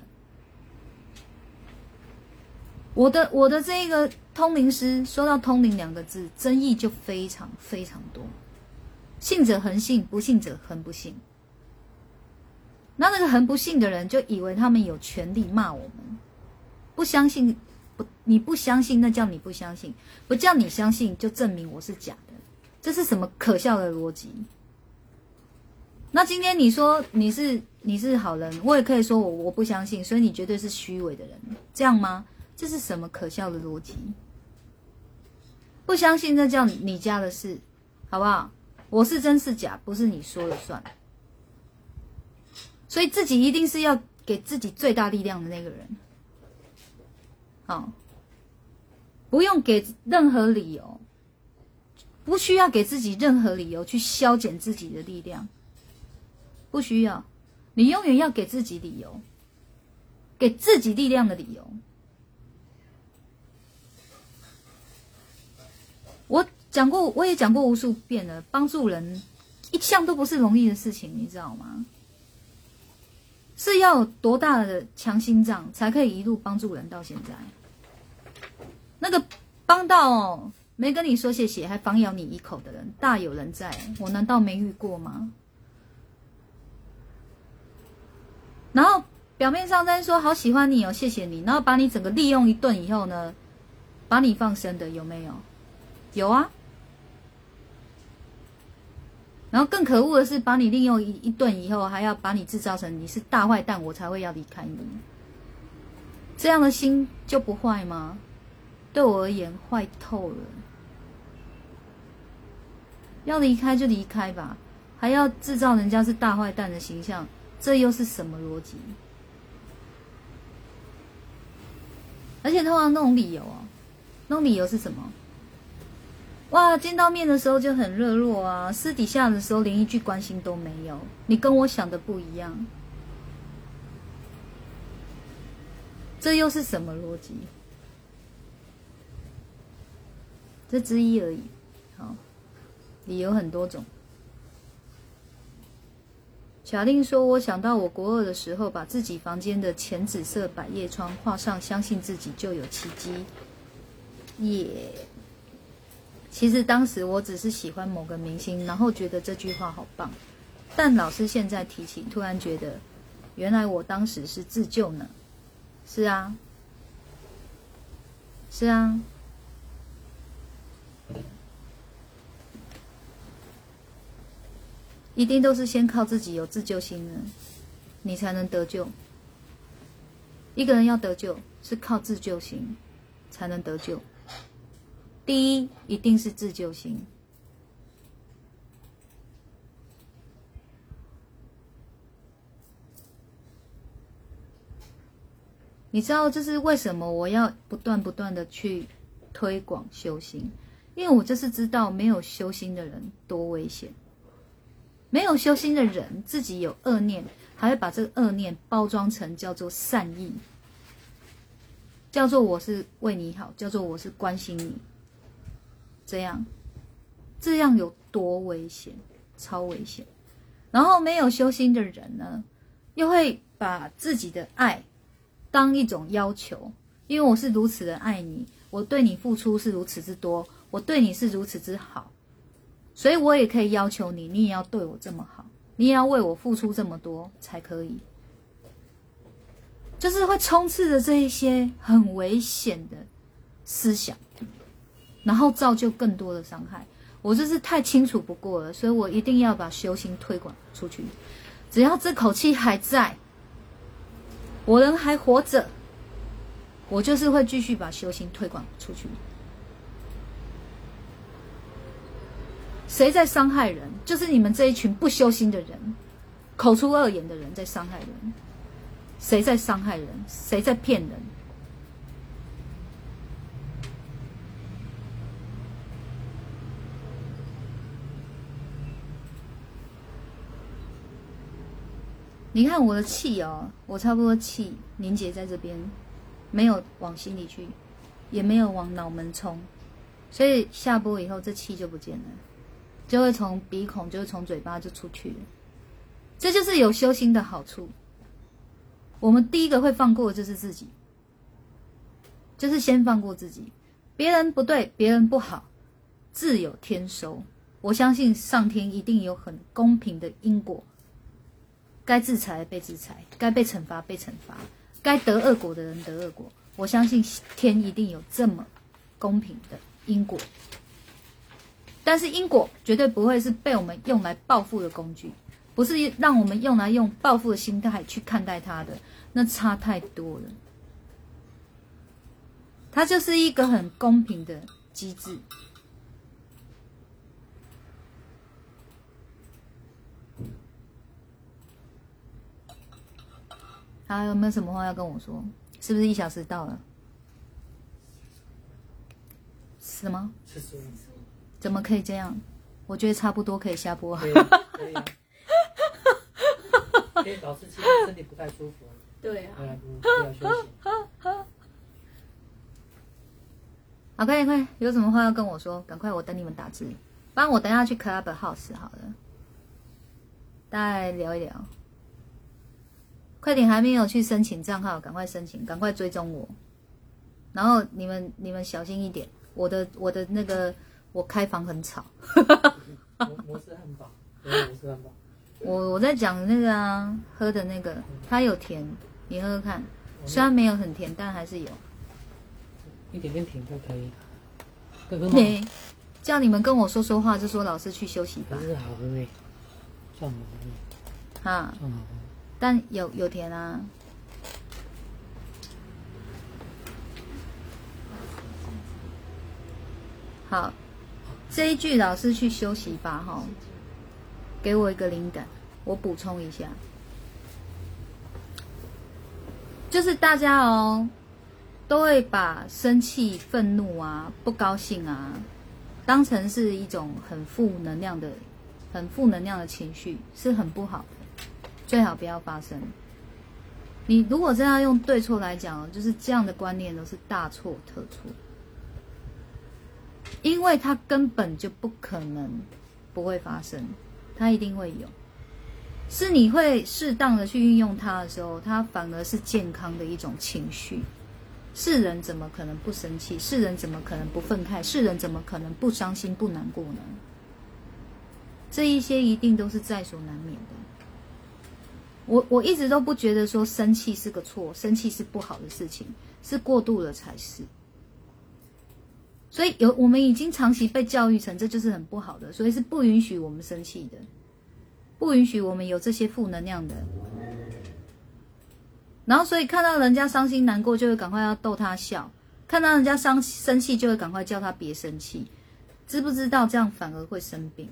我的我的这个通灵师说到通灵两个字，争议就非常非常多，信者恒信，不信者恒不信。那那个恒不信的人就以为他们有权利骂我们，不相信不你不相信那叫你不相信，不叫你相信就证明我是假的，这是什么可笑的逻辑？那今天你说你是你是好人，我也可以说我我不相信，所以你绝对是虚伪的人，这样吗？这是什么可笑的逻辑？不相信那叫你家的事，好不好？我是真是假，不是你说了算。所以自己一定是要给自己最大力量的那个人。好，不用给任何理由，不需要给自己任何理由去消减自己的力量，不需要。你永远要给自己理由，给自己力量的理由。我讲过，我也讲过无数遍了，帮助人一向都不是容易的事情，你知道吗？是要有多大的强心脏才可以一路帮助人到现在？那个帮到哦，没跟你说谢谢，还反咬你一口的人，大有人在，我难道没遇过吗？然后表面上在说好喜欢你哦，谢谢你，然后把你整个利用一顿以后呢，把你放生的有没有？有啊。然后更可恶的是，把你利用一一顿以后，还要把你制造成你是大坏蛋，我才会要离开你。这样的心就不坏吗？对我而言，坏透了。要离开就离开吧，还要制造人家是大坏蛋的形象，这又是什么逻辑？而且通常那种理由哦，那种理由是什么？哇，见到面的时候就很热络啊，私底下的时候连一句关心都没有。你跟我想的不一样，这又是什么逻辑？这之一而已。好，理由很多种。小令说：“我想到我国二的时候，把自己房间的浅紫色百叶窗画上，相信自己就有奇迹。”耶。其实当时我只是喜欢某个明星，然后觉得这句话好棒，但老师现在提起，突然觉得，原来我当时是自救呢。是啊，是啊，一定都是先靠自己有自救心的，你才能得救。一个人要得救，是靠自救心才能得救。第一，一定是自救心。你知道这是为什么我要不断不断的去推广修心？因为我就是知道没有修心的人多危险。没有修心的人自己有恶念，还会把这个恶念包装成叫做善意，叫做我是为你好，叫做我是关心你。这样，这样有多危险？超危险。然后没有修心的人呢，又会把自己的爱当一种要求，因为我是如此的爱你，我对你付出是如此之多，我对你是如此之好，所以我也可以要求你，你也要对我这么好，你也要为我付出这么多才可以。就是会充斥着这一些很危险的思想。然后造就更多的伤害，我这是太清楚不过了，所以我一定要把修心推广出去。只要这口气还在，我人还活着，我就是会继续把修心推广出去。谁在伤害人？就是你们这一群不修心的人，口出恶言的人在伤害人。谁在伤害人？谁在骗人？你看我的气哦，我差不多气凝结在这边，没有往心里去。 也没有往脑门冲，所以下播以后这气就不见了，就会从鼻孔，就会从嘴巴就出去了。这就是有修心的好处。我们第一个会放过的就是自己，就是先放过自己。别人不对，别人不好，自有天收。我相信上天一定有很公平的因果，该制裁被制裁，该被惩罚被惩罚，该得恶果的人得恶果。我相信天一定有这么公平的因果，但是因果绝对不会是被我们用来报复的工具，不是让我们用来用报复的心态去看待它的，那差太多了。它就是一个很公平的机制。好，有没有什么话要跟我说？是不是一小时到了？什么？怎么可以这样？我觉得差不多可以下播。 可以，可以啊。因为老师其实身体不太舒服。 对啊。 对啊，不要休息。 好，快点快点，有什么话要跟我说？赶快，我等你们打字。不然我等一下去 Clubhouse 好了，大家聊一聊。快点，还没有去申请账号，赶快申请，赶快追踪我。然后你们你们小心一点，我的我的那个我开房很吵。 摩斯汉堡，摩斯汉堡。 我我在讲那个啊，喝的那个，它有甜，你喝喝看，虽然没有很甜，但还是有。 一点点甜就可以。 对，叫你们跟我说说话，就说老师去休息吧。 可是好喝诶，算好喝。 哈， 算好喝。 但有有甜啊。好，这一句老师去休息吧，哈，给我一个灵感，我补充一下，就是大家哦，都会把生气、愤怒啊、不高兴啊，当成是一种很负能量的、很负能量的情绪，是很不好的。最好不要发生。你如果这样用对错来讲，就是这样的观念都是大错特错，因为它根本就不可能不会发生，它一定会有。是你会适当的去运用它的时候，它反而是健康的一种情绪。世人怎么可能不生气？世人怎么可能不愤慨？世人怎么可能不伤心不难过呢？这一些一定都是在所难免的。我我一直都不觉得说生气是个错，生气是不好的事情，是过度了才是。所以有我们已经长期被教育成这就是很不好的，所以是不允许我们生气的，不允许我们有这些负能量的。然后所以看到人家伤心难过，就会赶快要逗他笑；看到人家伤生气，就会赶快叫他别生气。知不知道这样反而会生病？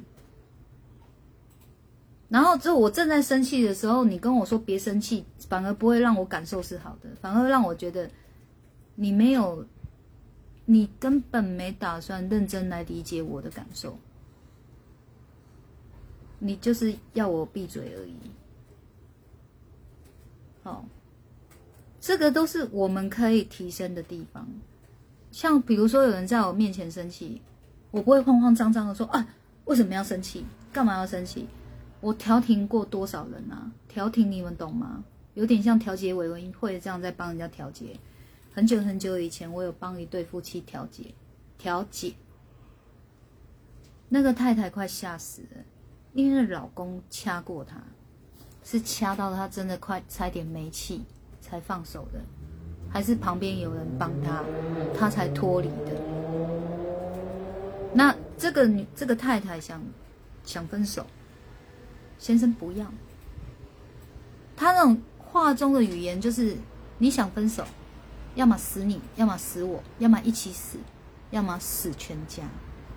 然后就我正在生气的时候，你跟我说别生气，反而不会让我感受是好的，反而让我觉得你没有，你根本没打算认真来理解我的感受，你就是要我闭嘴而已。好，这个都是我们可以提升的地方。像比如说有人在我面前生气，我不会慌慌张张的说啊，为什么要生气？干嘛要生气？我调停过多少人啊？调停你们懂吗？有点像调解委员会这样在帮人家调解。很久很久以前，我有帮一对夫妻调解，调解。那个太太快吓死了，因为老公掐过她，是掐到她真的快差点没气才放手的，还是旁边有人帮她，她才脱离的。那这个女这个太太想想分手。先生不要，他那种话中的语言就是你想分手，要么死你，要么死我，要么一起死，要么死全家。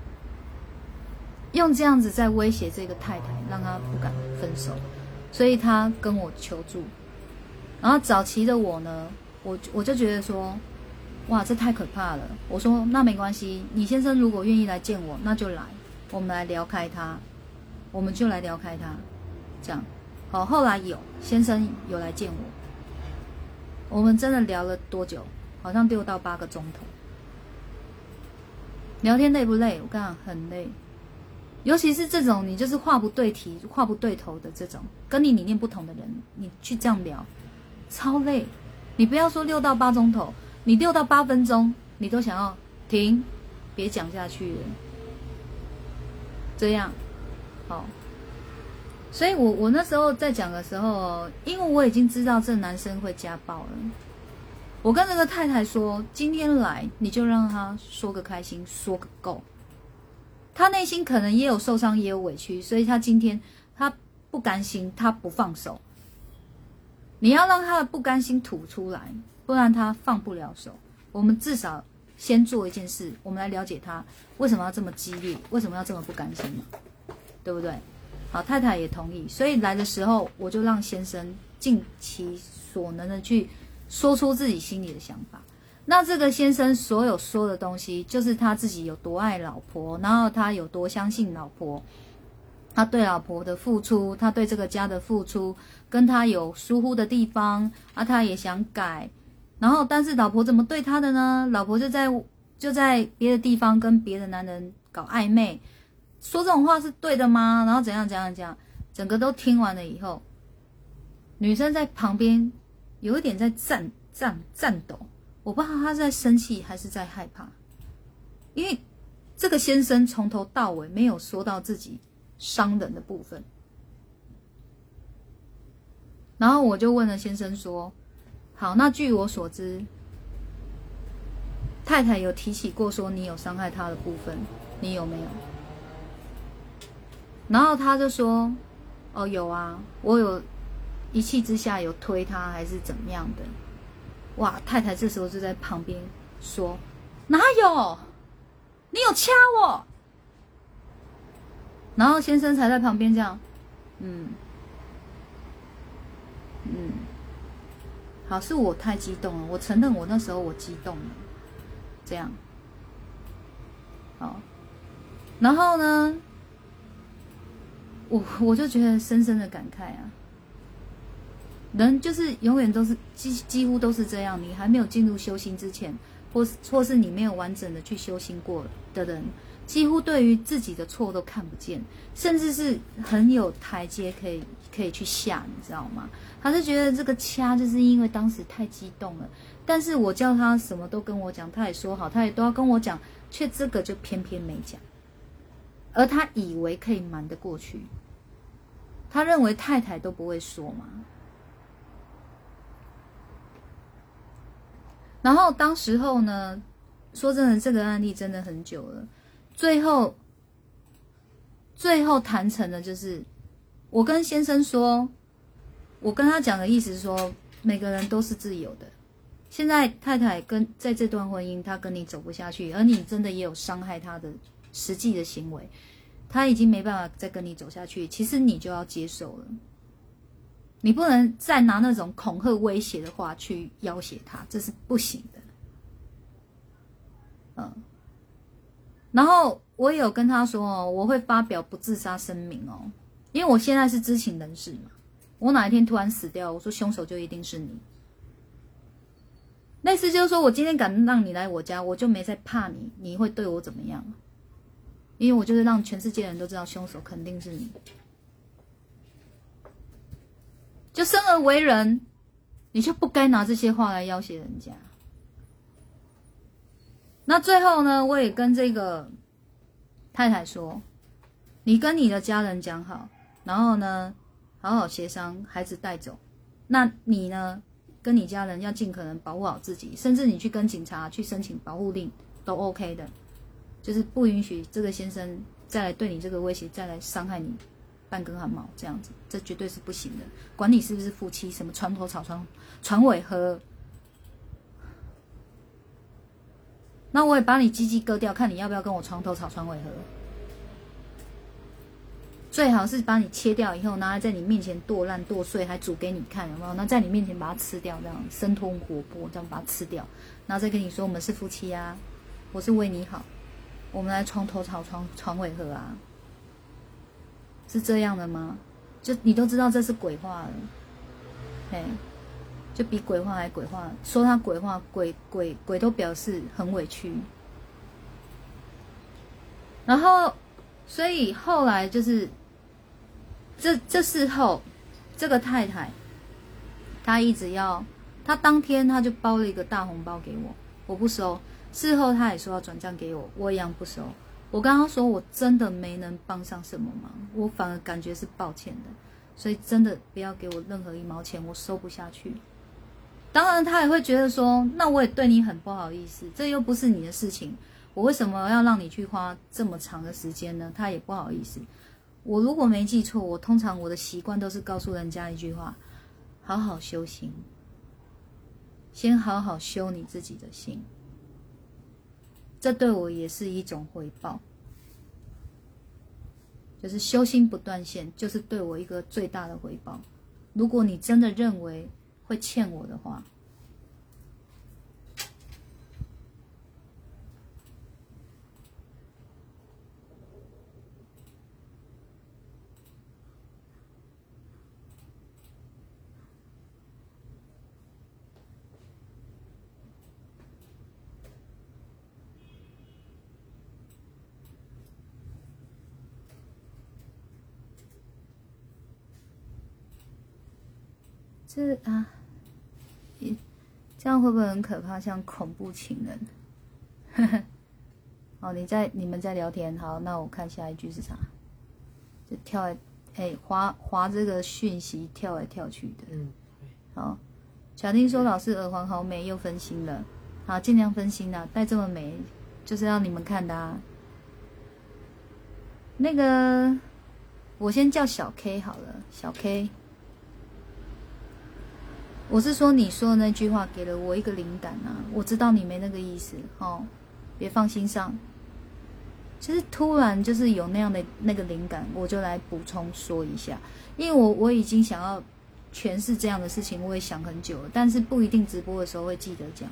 用这样子在威胁这个太太，让她不敢分手，所以他跟我求助。然后早期的我呢，我我就觉得说，哇，这太可怕了。我说那没关系，你先生如果愿意来见我，那就来，我们来聊开他。我们就来聊开他，这样好。后来有先生有来见我，我们真的聊了多久？好像六到八个钟头。 聊天累不累？我跟你讲很累，尤其是这种你就是话不对题、话不对头的这种，跟你理念不同的人，你去这样聊，超累。你不要说六到八钟头，你六到八分钟，你都想要停，别讲下去了。这样，好。所以我我那时候在讲的时候，因为我已经知道这男生会家暴了。我跟这个太太说，今天来你就让他说个开心，说个够。他内心可能也有受伤，也有委屈，所以他今天他不甘心，他不放手。你要让他的不甘心吐出来，不然他放不了手。我们至少先做一件事，我们来了解他为什么要这么激烈，为什么要这么不甘心嘛，对不对？好，太太也同意，所以来的时候我就让先生尽其所能的去说出自己心里的想法。那这个先生所有说的东西，就是他自己有多爱老婆，然后他有多相信老婆，他对老婆的付出，他对这个家的付出，跟他有疏忽的地方啊，他也想改。然后，但是老婆怎么对他的呢？老婆就在就在别的地方跟别的男人搞暧昧，说这种话是对的吗？然后怎样怎样怎样，整个都听完了以后，女生在旁边有一点在颤颤颤抖，我不知道她是在生气还是在害怕，因为这个先生从头到尾没有说到自己伤人的部分。然后我就问了先生说，好，那据我所知，太太有提起过说你有伤害她的部分，你有没有？然后他就说，哦，有啊，我有一气之下有推他还是怎么样的。哇，太太这时候就在旁边说，哪有？你有掐我？然后先生才在旁边这样，嗯嗯，好，是我太激动了，我承认我那时候我激动了，这样，好，然后呢，我我就觉得深深的感慨啊，人就是永远都是几几乎都是这样，你还没有进入修行之前，或是或是你没有完整的去修行过的人，几乎对于自己的错都看不见，甚至是很有台阶可以可以去下，你知道吗？他是觉得这个掐就是因为当时太激动了，但是我叫他什么都跟我讲，他也说好，他也都要跟我讲，却这个就偏偏没讲，而他以为可以瞒得过去，他认为太太都不会说嘛。然后当时候呢，说真的，这个案例真的很久了，最后最后谈成的就是我跟先生说，我跟他讲的意思是说，每个人都是自由的。现在太太跟在这段婚姻，她跟你走不下去，而你真的也有伤害她的实际的行为，她已经没办法再跟你走下去，其实你就要接受了。你不能再拿那种恐吓威胁的话去要挟她，这是不行的。嗯，然后我也有跟他说哦，我会发表不自杀声明哦，因为我现在是知情人士嘛，我哪一天突然死掉，我说凶手就一定是你。类似就是说我今天敢让你来我家，我就没在怕你，你会对我怎么样？因为我就是让全世界人都知道凶手肯定是你。就生而为人，你就不该拿这些话来要挟人家。那最后呢，我也跟这个太太说，你跟你的家人讲好，然后呢，好好协商，孩子带走。那你呢，跟你家人要尽可能保护好自己，甚至你去跟警察去申请保护令都 OK 的，就是不允许这个先生再来对你这个威胁，再来伤害你半根汗毛这样子，这绝对是不行的。管你是不是夫妻，什么床头吵床床尾和。那我也把你鸡鸡割掉，看你要不要跟我床头吵床尾和。最好是把你切掉以后，拿来在你面前剁烂剁碎，还煮给你看，有没有？那在你面前把它吃掉，这样生吞活剥，这样把它吃掉，然后再跟你说我们是夫妻啊，我是为你好，我们来床头吵床床尾和啊，是这样的吗？就你都知道这是鬼话了，嘿。就比鬼话还鬼话，说他鬼话，鬼鬼鬼都表示很委屈。 然后，所以后来就是这这事后，这个太太她一直要，她当天她就包了一个大红包给我，我不收。事后她也说要转账给我，我一样不收。我跟她说我真的没能帮上什么忙，我反而感觉是抱歉的，所以真的不要给我任何一毛钱，我收不下去。当然她也会觉得说，那我也对你很不好意思，这又不是你的事情。我为什么要让你去花这么长的时间呢？他也不好意思。我如果没记错，我通常我的习惯都是告诉人家一句话：好好修行，先好好修你自己的心。这对我也是一种回报，就是修心不断线，就是对我一个最大的回报。如果你真的认为会欠我的话，这啊，这样会不会很可怕？像恐怖情人？哦，你在你们在聊天，好，那我看下一句是啥？就跳来，哎，滑滑这个讯息跳来跳去的。 嗯， 好，小丁说老师耳环好美，又分心了。好，尽量分心啦，戴这么美，就是要你们看的啊。那个，我先叫小 K 好了，小 K。我是说你说的那句话给了我一个灵感啊，我知道你没那个意思哦，别放心上。就是突然就是有那样的那个灵感，我就来补充说一下，因为我我已经想要诠释这样的事情，我也想很久了，但是不一定直播的时候会记得讲。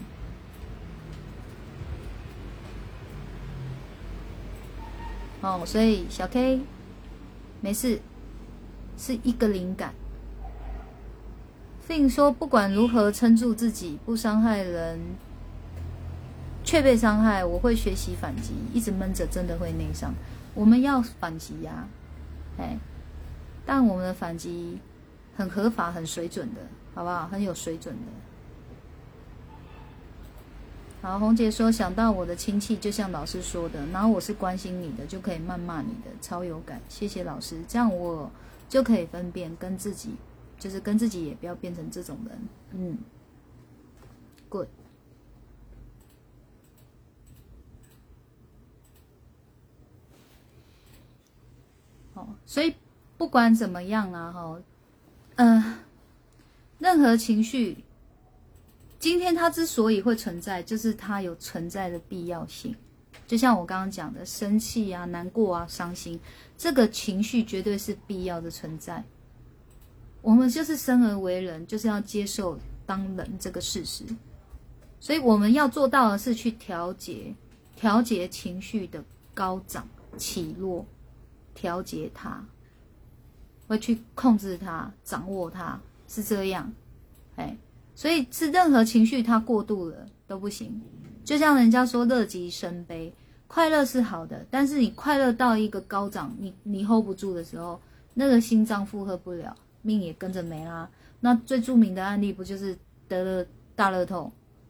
哦，所以小 K 没事，是一个灵感。Fin 说不管如何撑住自己，不伤害人，却被伤害，我会学习反击，一直闷着真的会内伤。我们要反击呀、啊，哎，但我们的反击很合法、很水准的，好不好？很有水准的。好，红姐说想到我的亲戚，就像老师说的，然后我是关心你的，就可以谩骂你的，超有感。谢谢老师，这样我就可以分辨跟自己。就是跟自己也不要变成这种人，嗯 ，good。好，所以不管怎么样啊，哈，嗯、呃，任何情绪，今天它之所以会存在，就是它有存在的必要性。就像我刚刚讲的，生气啊、难过啊、伤心，这个情绪绝对是必要的存在。我们就是生而为人，就是要接受当人这个事实，所以我们要做到的是去调节、调节情绪的高涨起落，调节它，会去控制它、掌握它，是这样。哎，所以是任何情绪它过度了都不行。就像人家说乐极生悲，快乐是好的，但是你快乐到一个高涨，你你 hold 不住的时候，那个心脏负荷不了。命也跟着没啦。那最著名的案例不就是得了大乐透，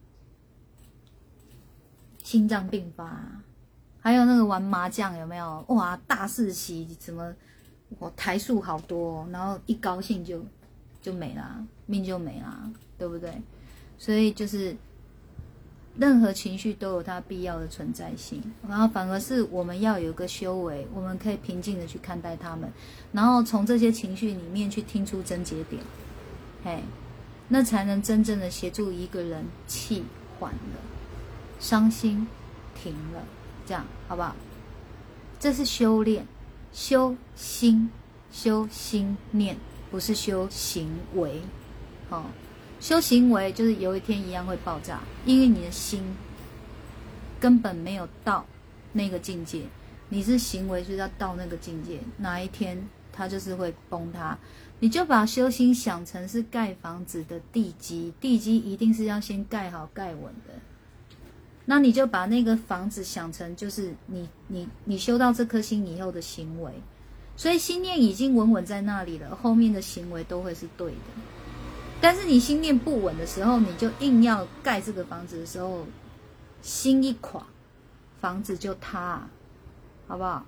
心脏病发、啊，还有那个玩麻将有没有？哇，大四喜什么，我台数好多，然后一高兴就就没啦，命就没啦，对不对？所以就是任何情绪都有它必要的存在性，然后反而是我们要有一个修为，我们可以平静的去看待他们，然后从这些情绪里面去听出症结点，嘿，那才能真正的协助一个人气缓了，伤心停了，这样好不好？这是修炼，修心，修心念，不是修行为，好、哦。修行为就是有一天一样会爆炸，因为你的心根本没有到那个境界，你是行为就是要到那个境界，哪一天它就是会崩塌。你就把修心想成是盖房子的地基，地基一定是要先盖好盖稳的， 那你就把那个房子想成就是你你你修到这颗心以后的行为，所以心念已经稳稳在那里了，后面的行为都会是对的。但是你心念不稳的时候，你就硬要盖这个房子的时候，心一垮，房子就塌，好不好？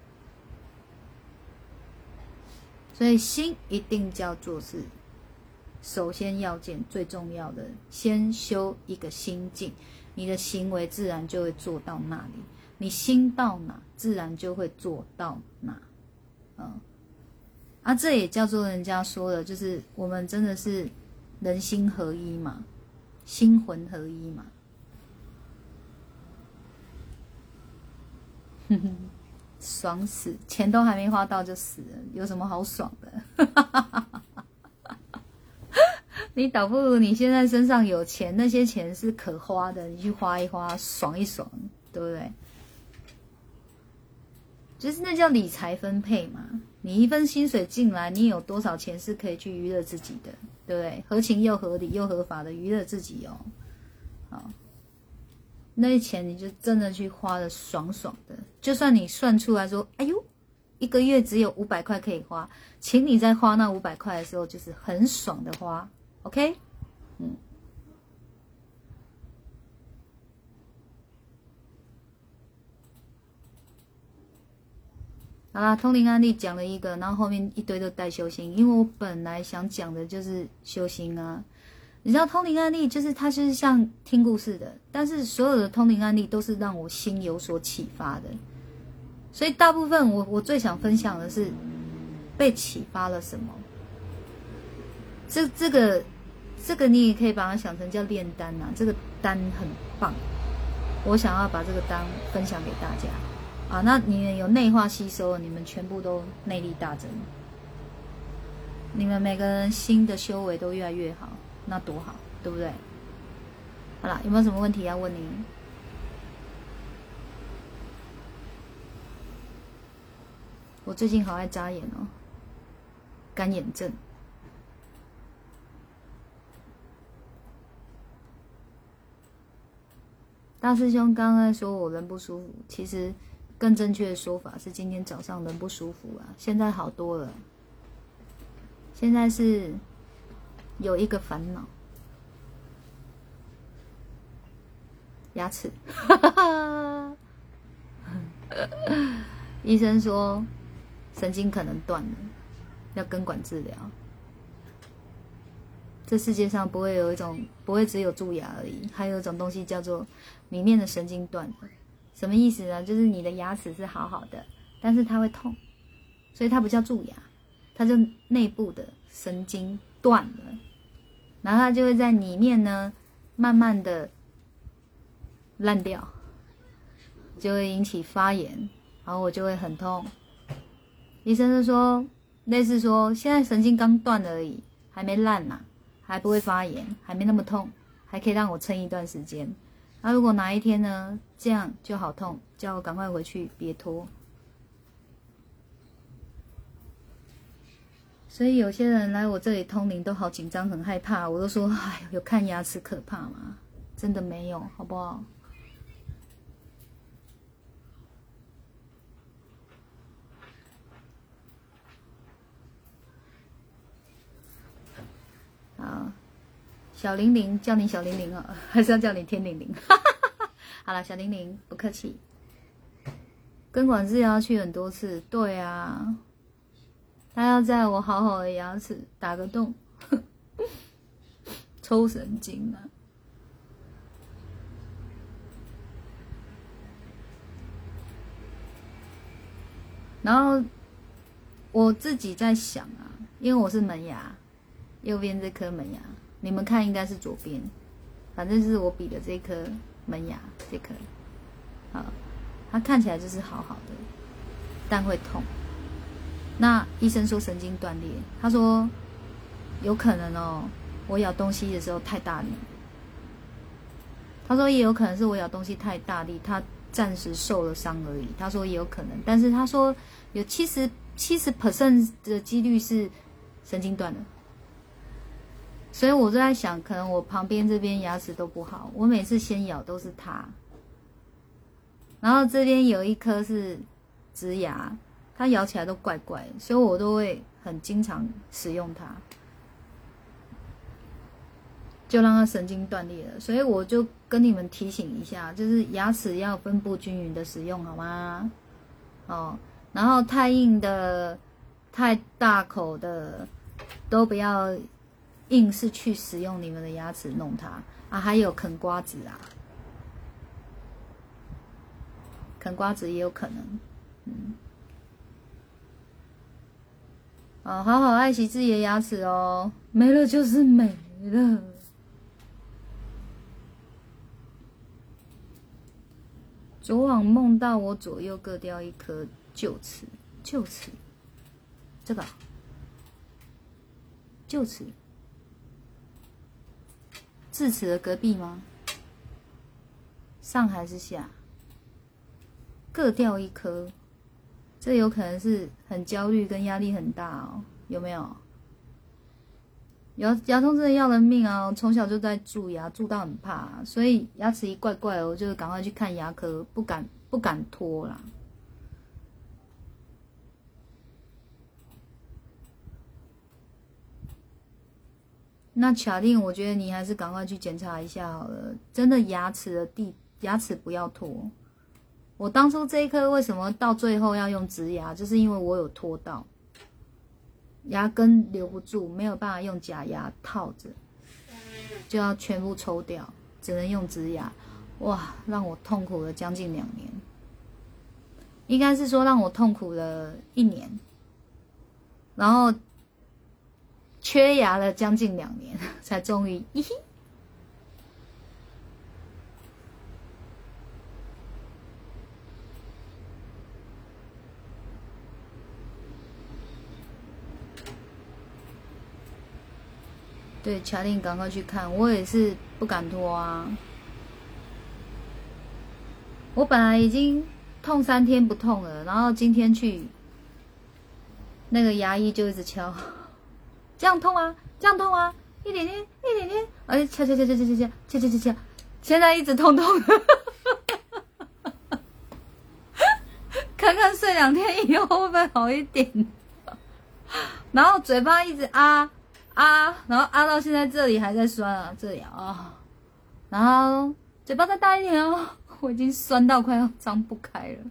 所以心一定叫做是首先要件最重要的，先修一个心境，你的行为自然就会做到那里，你心到哪自然就会做到哪。嗯，啊，这也叫做人家说的，就是我们真的是人心合一嘛，心魂合一嘛。哼哼，爽死，钱都还没花到就死了，有什么好爽的？你倒不如你现在身上有钱，那些钱是可花的，你去花一花，爽一爽，对不对？就是那叫理财分配嘛。你一份薪水进来，你有多少钱是可以去娱乐自己的，对不对？合情又合理又合法的娱乐自己哦。好，那些钱你就真的去花的爽爽的。就算你算出来说，哎呦，一个月只有五百块可以花，请你在花那五百块的时候，就是很爽的花。OK， 嗯，好啦，通灵案例讲了一个，然后后面一堆都带修心，因为我本来想讲的就是修心啊。你知道通灵案例就是它就是像听故事的，但是所有的通灵案例都是让我心有所启发的，所以大部分我我最想分享的是被启发了什么。这这个。这个你也可以把它想成叫炼丹啊，这个丹很棒，我想要把这个丹分享给大家啊。那你们有内化吸收，你们全部都内力大增，你们每个人心的修为都越来越好，那多好，对不对？好啦，有没有什么问题要问你？我最近好爱眨眼哦，干眼症。大师兄刚刚说我人不舒服，其实更正确的说法是今天早上人不舒服啊，现在好多了。现在是有一个烦恼，牙齿。医生说神经可能断了，要根管治疗。这世界上不会有一种，不会只有蛀牙而已，还有一种东西叫做里面的神经断了。什么意思呢？就是你的牙齿是好好的，但是它会痛，所以它不叫蛀牙，它就内部的神经断了，然后它就会在里面呢慢慢的烂掉，就会引起发炎，然后我就会很痛。医生就说，类似说现在神经刚断而已，还没烂呐、啊。还不会发炎，还没那么痛，还可以让我撑一段时间。那、啊、如果哪一天呢，这样就好痛，叫我赶快回去，别拖。所以有些人来我这里通灵都好紧张，很害怕。我都说，哎，有看牙齿可怕吗？真的没有，好不好？好，小玲玲叫你小玲玲啊，还是要叫你天玲玲？好了，小玲玲不客气。根管治疗去很多次，对啊，他要在我好好的牙齿打个洞，抽神经啊。然后我自己在想啊，因为我是门牙。右边这颗门牙，你们看应该是左边，反正是我比的这颗门牙，这颗，好，它看起来就是好好的，但会痛。那医生说神经断裂，他说有可能哦，我咬东西的时候太大力。他说也有可能是我咬东西太大力，他暂时受了伤而已。他说也有可能，但是他说有七十七十 percent 的几率是神经断了。所以我就在想，可能我旁边这边牙齿都不好，我每次先咬都是它， 然后这边有一颗是植牙，它咬起来都怪怪的，所以我都会很经常使用它，就让它神经断裂了。所以我就跟你们提醒一下，就是牙齿要分布均匀的使用，好吗？哦，然后太硬的、太大口的都不要硬是去使用你们的牙齿弄它啊。还有啃瓜子啊，啃瓜子也有可能，嗯。哦，好好爱惜自己的牙齿哦，没了就是没了。昨晚梦到我左右各掉一颗臼齿，臼齿，这个臼齿，智齿的隔壁吗？上还是下？各掉一颗。这有可能是很焦虑跟压力很大哦，有没有？牙牙痛真的要人命啊！我从小就在蛀牙，蛀到很怕、啊，所以牙齿一怪怪的，我就赶快去看牙科，不敢不敢拖啦。那卡令，我觉得你还是赶快去检查一下好了，真的牙齿的地牙齿不要拖。我当初这一颗为什么到最后要用植牙，就是因为我有拖到，牙根留不住，没有办法用假牙套着，就要全部抽掉，只能用植牙。哇，让我痛苦了将近两年，应该是说让我痛苦了一年，然后缺牙了将近两年，才终于咦。对，乔令赶快去看，我也是不敢拖啊。我本来已经痛三天不痛了，然后今天去，那个牙医就一直敲，这样痛啊，这样痛啊，一点点，一点点，而且敲敲敲敲敲敲敲敲敲敲，现在一直痛痛的，看看睡两天以后会不会好一点。然后嘴巴一直啊。啊，然后啊到现在这里还在酸啊，这里啊，然后嘴巴再大一点哦，我已经酸到快要张不开了。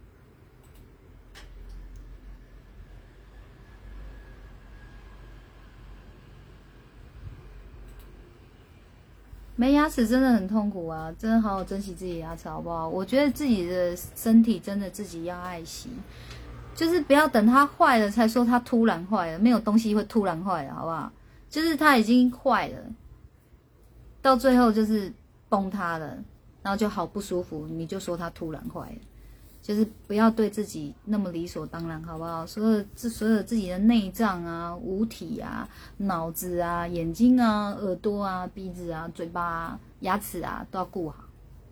没牙齿真的很痛苦啊，真的好好珍惜自己的牙齿好不好？我觉得自己的身体真的自己要爱惜，就是不要等它坏了才说它突然坏了，没有东西会突然坏了，好不好？就是它已经坏了，到最后就是崩塌了，然后就好不舒服，你就说它突然坏了，就是不要对自己那么理所当然，好不好？所有这所有自己的内脏啊、五体啊、脑子啊、眼睛啊、耳朵啊、鼻子啊、嘴巴啊、牙齿啊，都要顾好。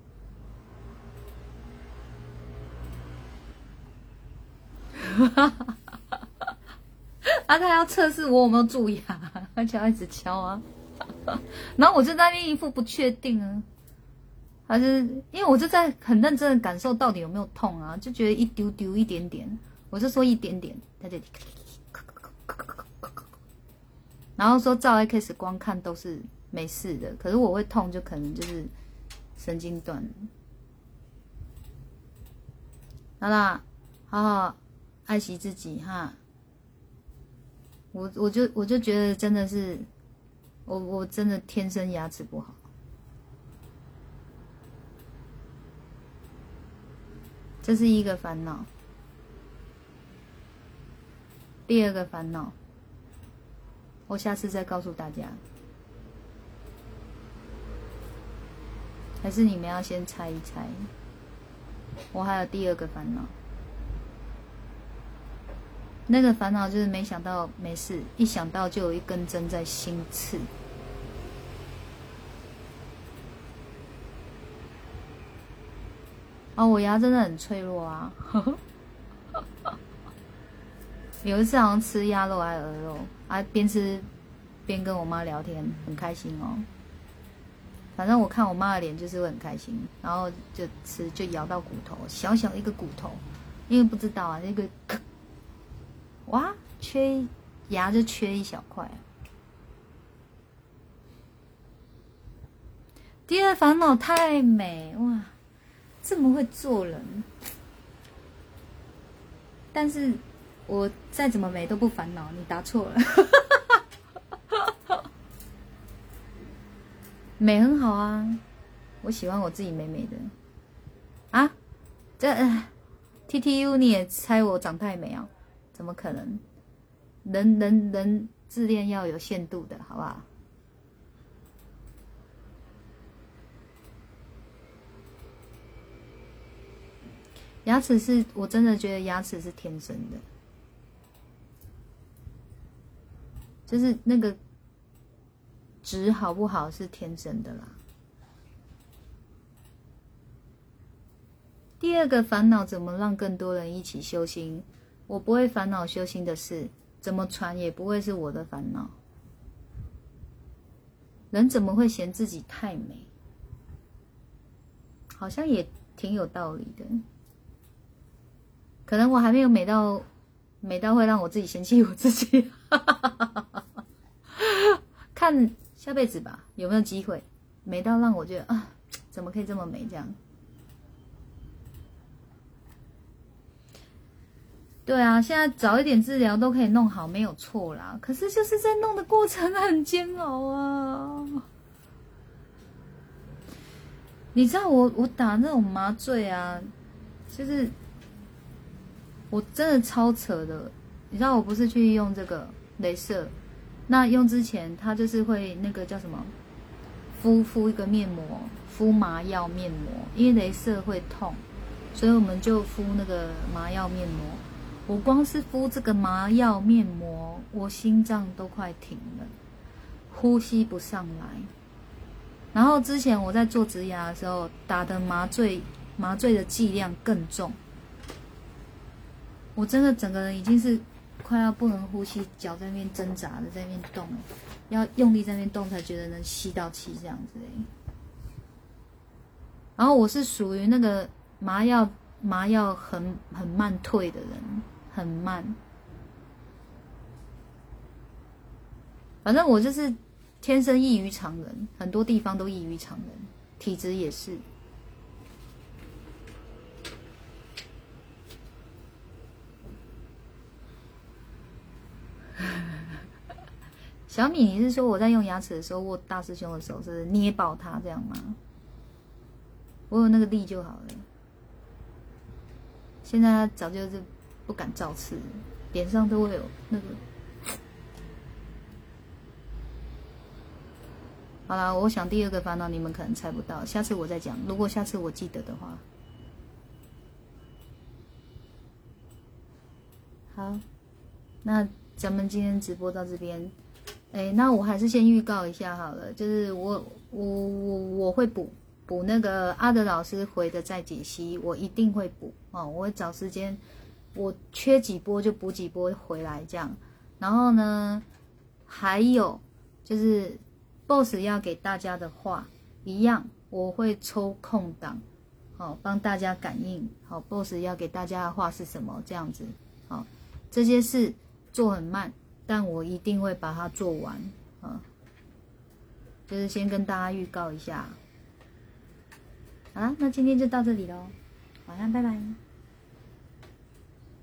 啊，他要测试我有没有蛀牙，而且要一直敲啊。然后我就在那边一副不确定啊，还是因为我就在很认真的感受到底有没有痛啊，就觉得一丢丢一点点，我就说一点点，他就，然后说照 X 光看都是没事的，可是我会痛，就可能就是神经断了。好啦，好好爱惜自己哈。我我就我就觉得真的是，我我真的天生牙齿不好，这是一个烦恼。第二个烦恼，我下次再告诉大家，还是你们要先猜一猜？我还有第二个烦恼。那个烦恼就是没想到没事，一想到就有一根针在心刺。哦，我牙真的很脆弱啊！有一次好像吃鸭肉还是鹅肉，啊边吃边跟我妈聊天，很开心哦。 反正我看我妈的脸就是会很开心，然后就吃就咬到骨头，小小一个骨头，因为不知道啊那个，哇，缺牙就缺一小块。第二烦恼太美哇，这么会做人，但是我再怎么美都不烦恼，你答错了。美很好啊，我喜欢我自己美美的。啊，这、呃、T T U 你也猜我长太美啊？怎么可能？人人人自恋要有限度的，好不好？牙齿是我真的觉得牙齿是天生的，就是那个质好不好是天生的啦。第二个烦恼，怎么让更多人一起修心？我不会烦恼修心的事，怎么传也不会是我的烦恼。人怎么会嫌自己太美？好像也挺有道理的。可能我还没有美到，美到会让我自己嫌弃我自己。看下辈子吧，有没有机会美到让我觉得啊，怎么可以这么美这样？对啊，现在早一点治疗都可以弄好，没有错啦。可是就是在弄的过程很煎熬啊。你知道我我打那种麻醉啊，就是我真的超扯的。你知道我不是去用这个雷射，那用之前他就是会那个叫什么，敷敷一个面膜，敷麻药面膜，因为雷射会痛，所以我们就敷那个麻药面膜。我光是敷这个麻药面膜，我心脏都快停了，呼吸不上来。然后之前我在做植牙的时候，打的麻醉麻醉的剂量更重，我真的整个人已经是快要不能呼吸，脚在那边挣扎的在那边动，要用力在那边动才觉得能吸到气这样子。然后我是属于那个麻药麻药很很慢退的人，很慢。反正我就是天生异于常人，很多地方都异于常人，体质也是。小米，你是说我在用牙齿的时候握大师兄的手是捏爆它这样吗？我有那个力就好了。现在他早就是不敢造次，脸上都会有那个。好啦，我想第二个烦恼你们可能猜不到，下次我再讲。如果下次我记得的话。好，那咱们今天直播到这边。哎，那我还是先预告一下好了，就是我我我我会补补那个阿德老师回的再解析，我一定会补哦，我会找时间，我缺几波就补几波回来这样。然后呢，还有就是 boss 要给大家的话一样，我会抽空档，好帮大家感应。好 ，boss 要给大家的话是什么？这样子，好，这些事做很慢。但我一定会把它做完啊！就是先跟大家预告一下。好啦，那今天就到这里咯，晚安，拜拜。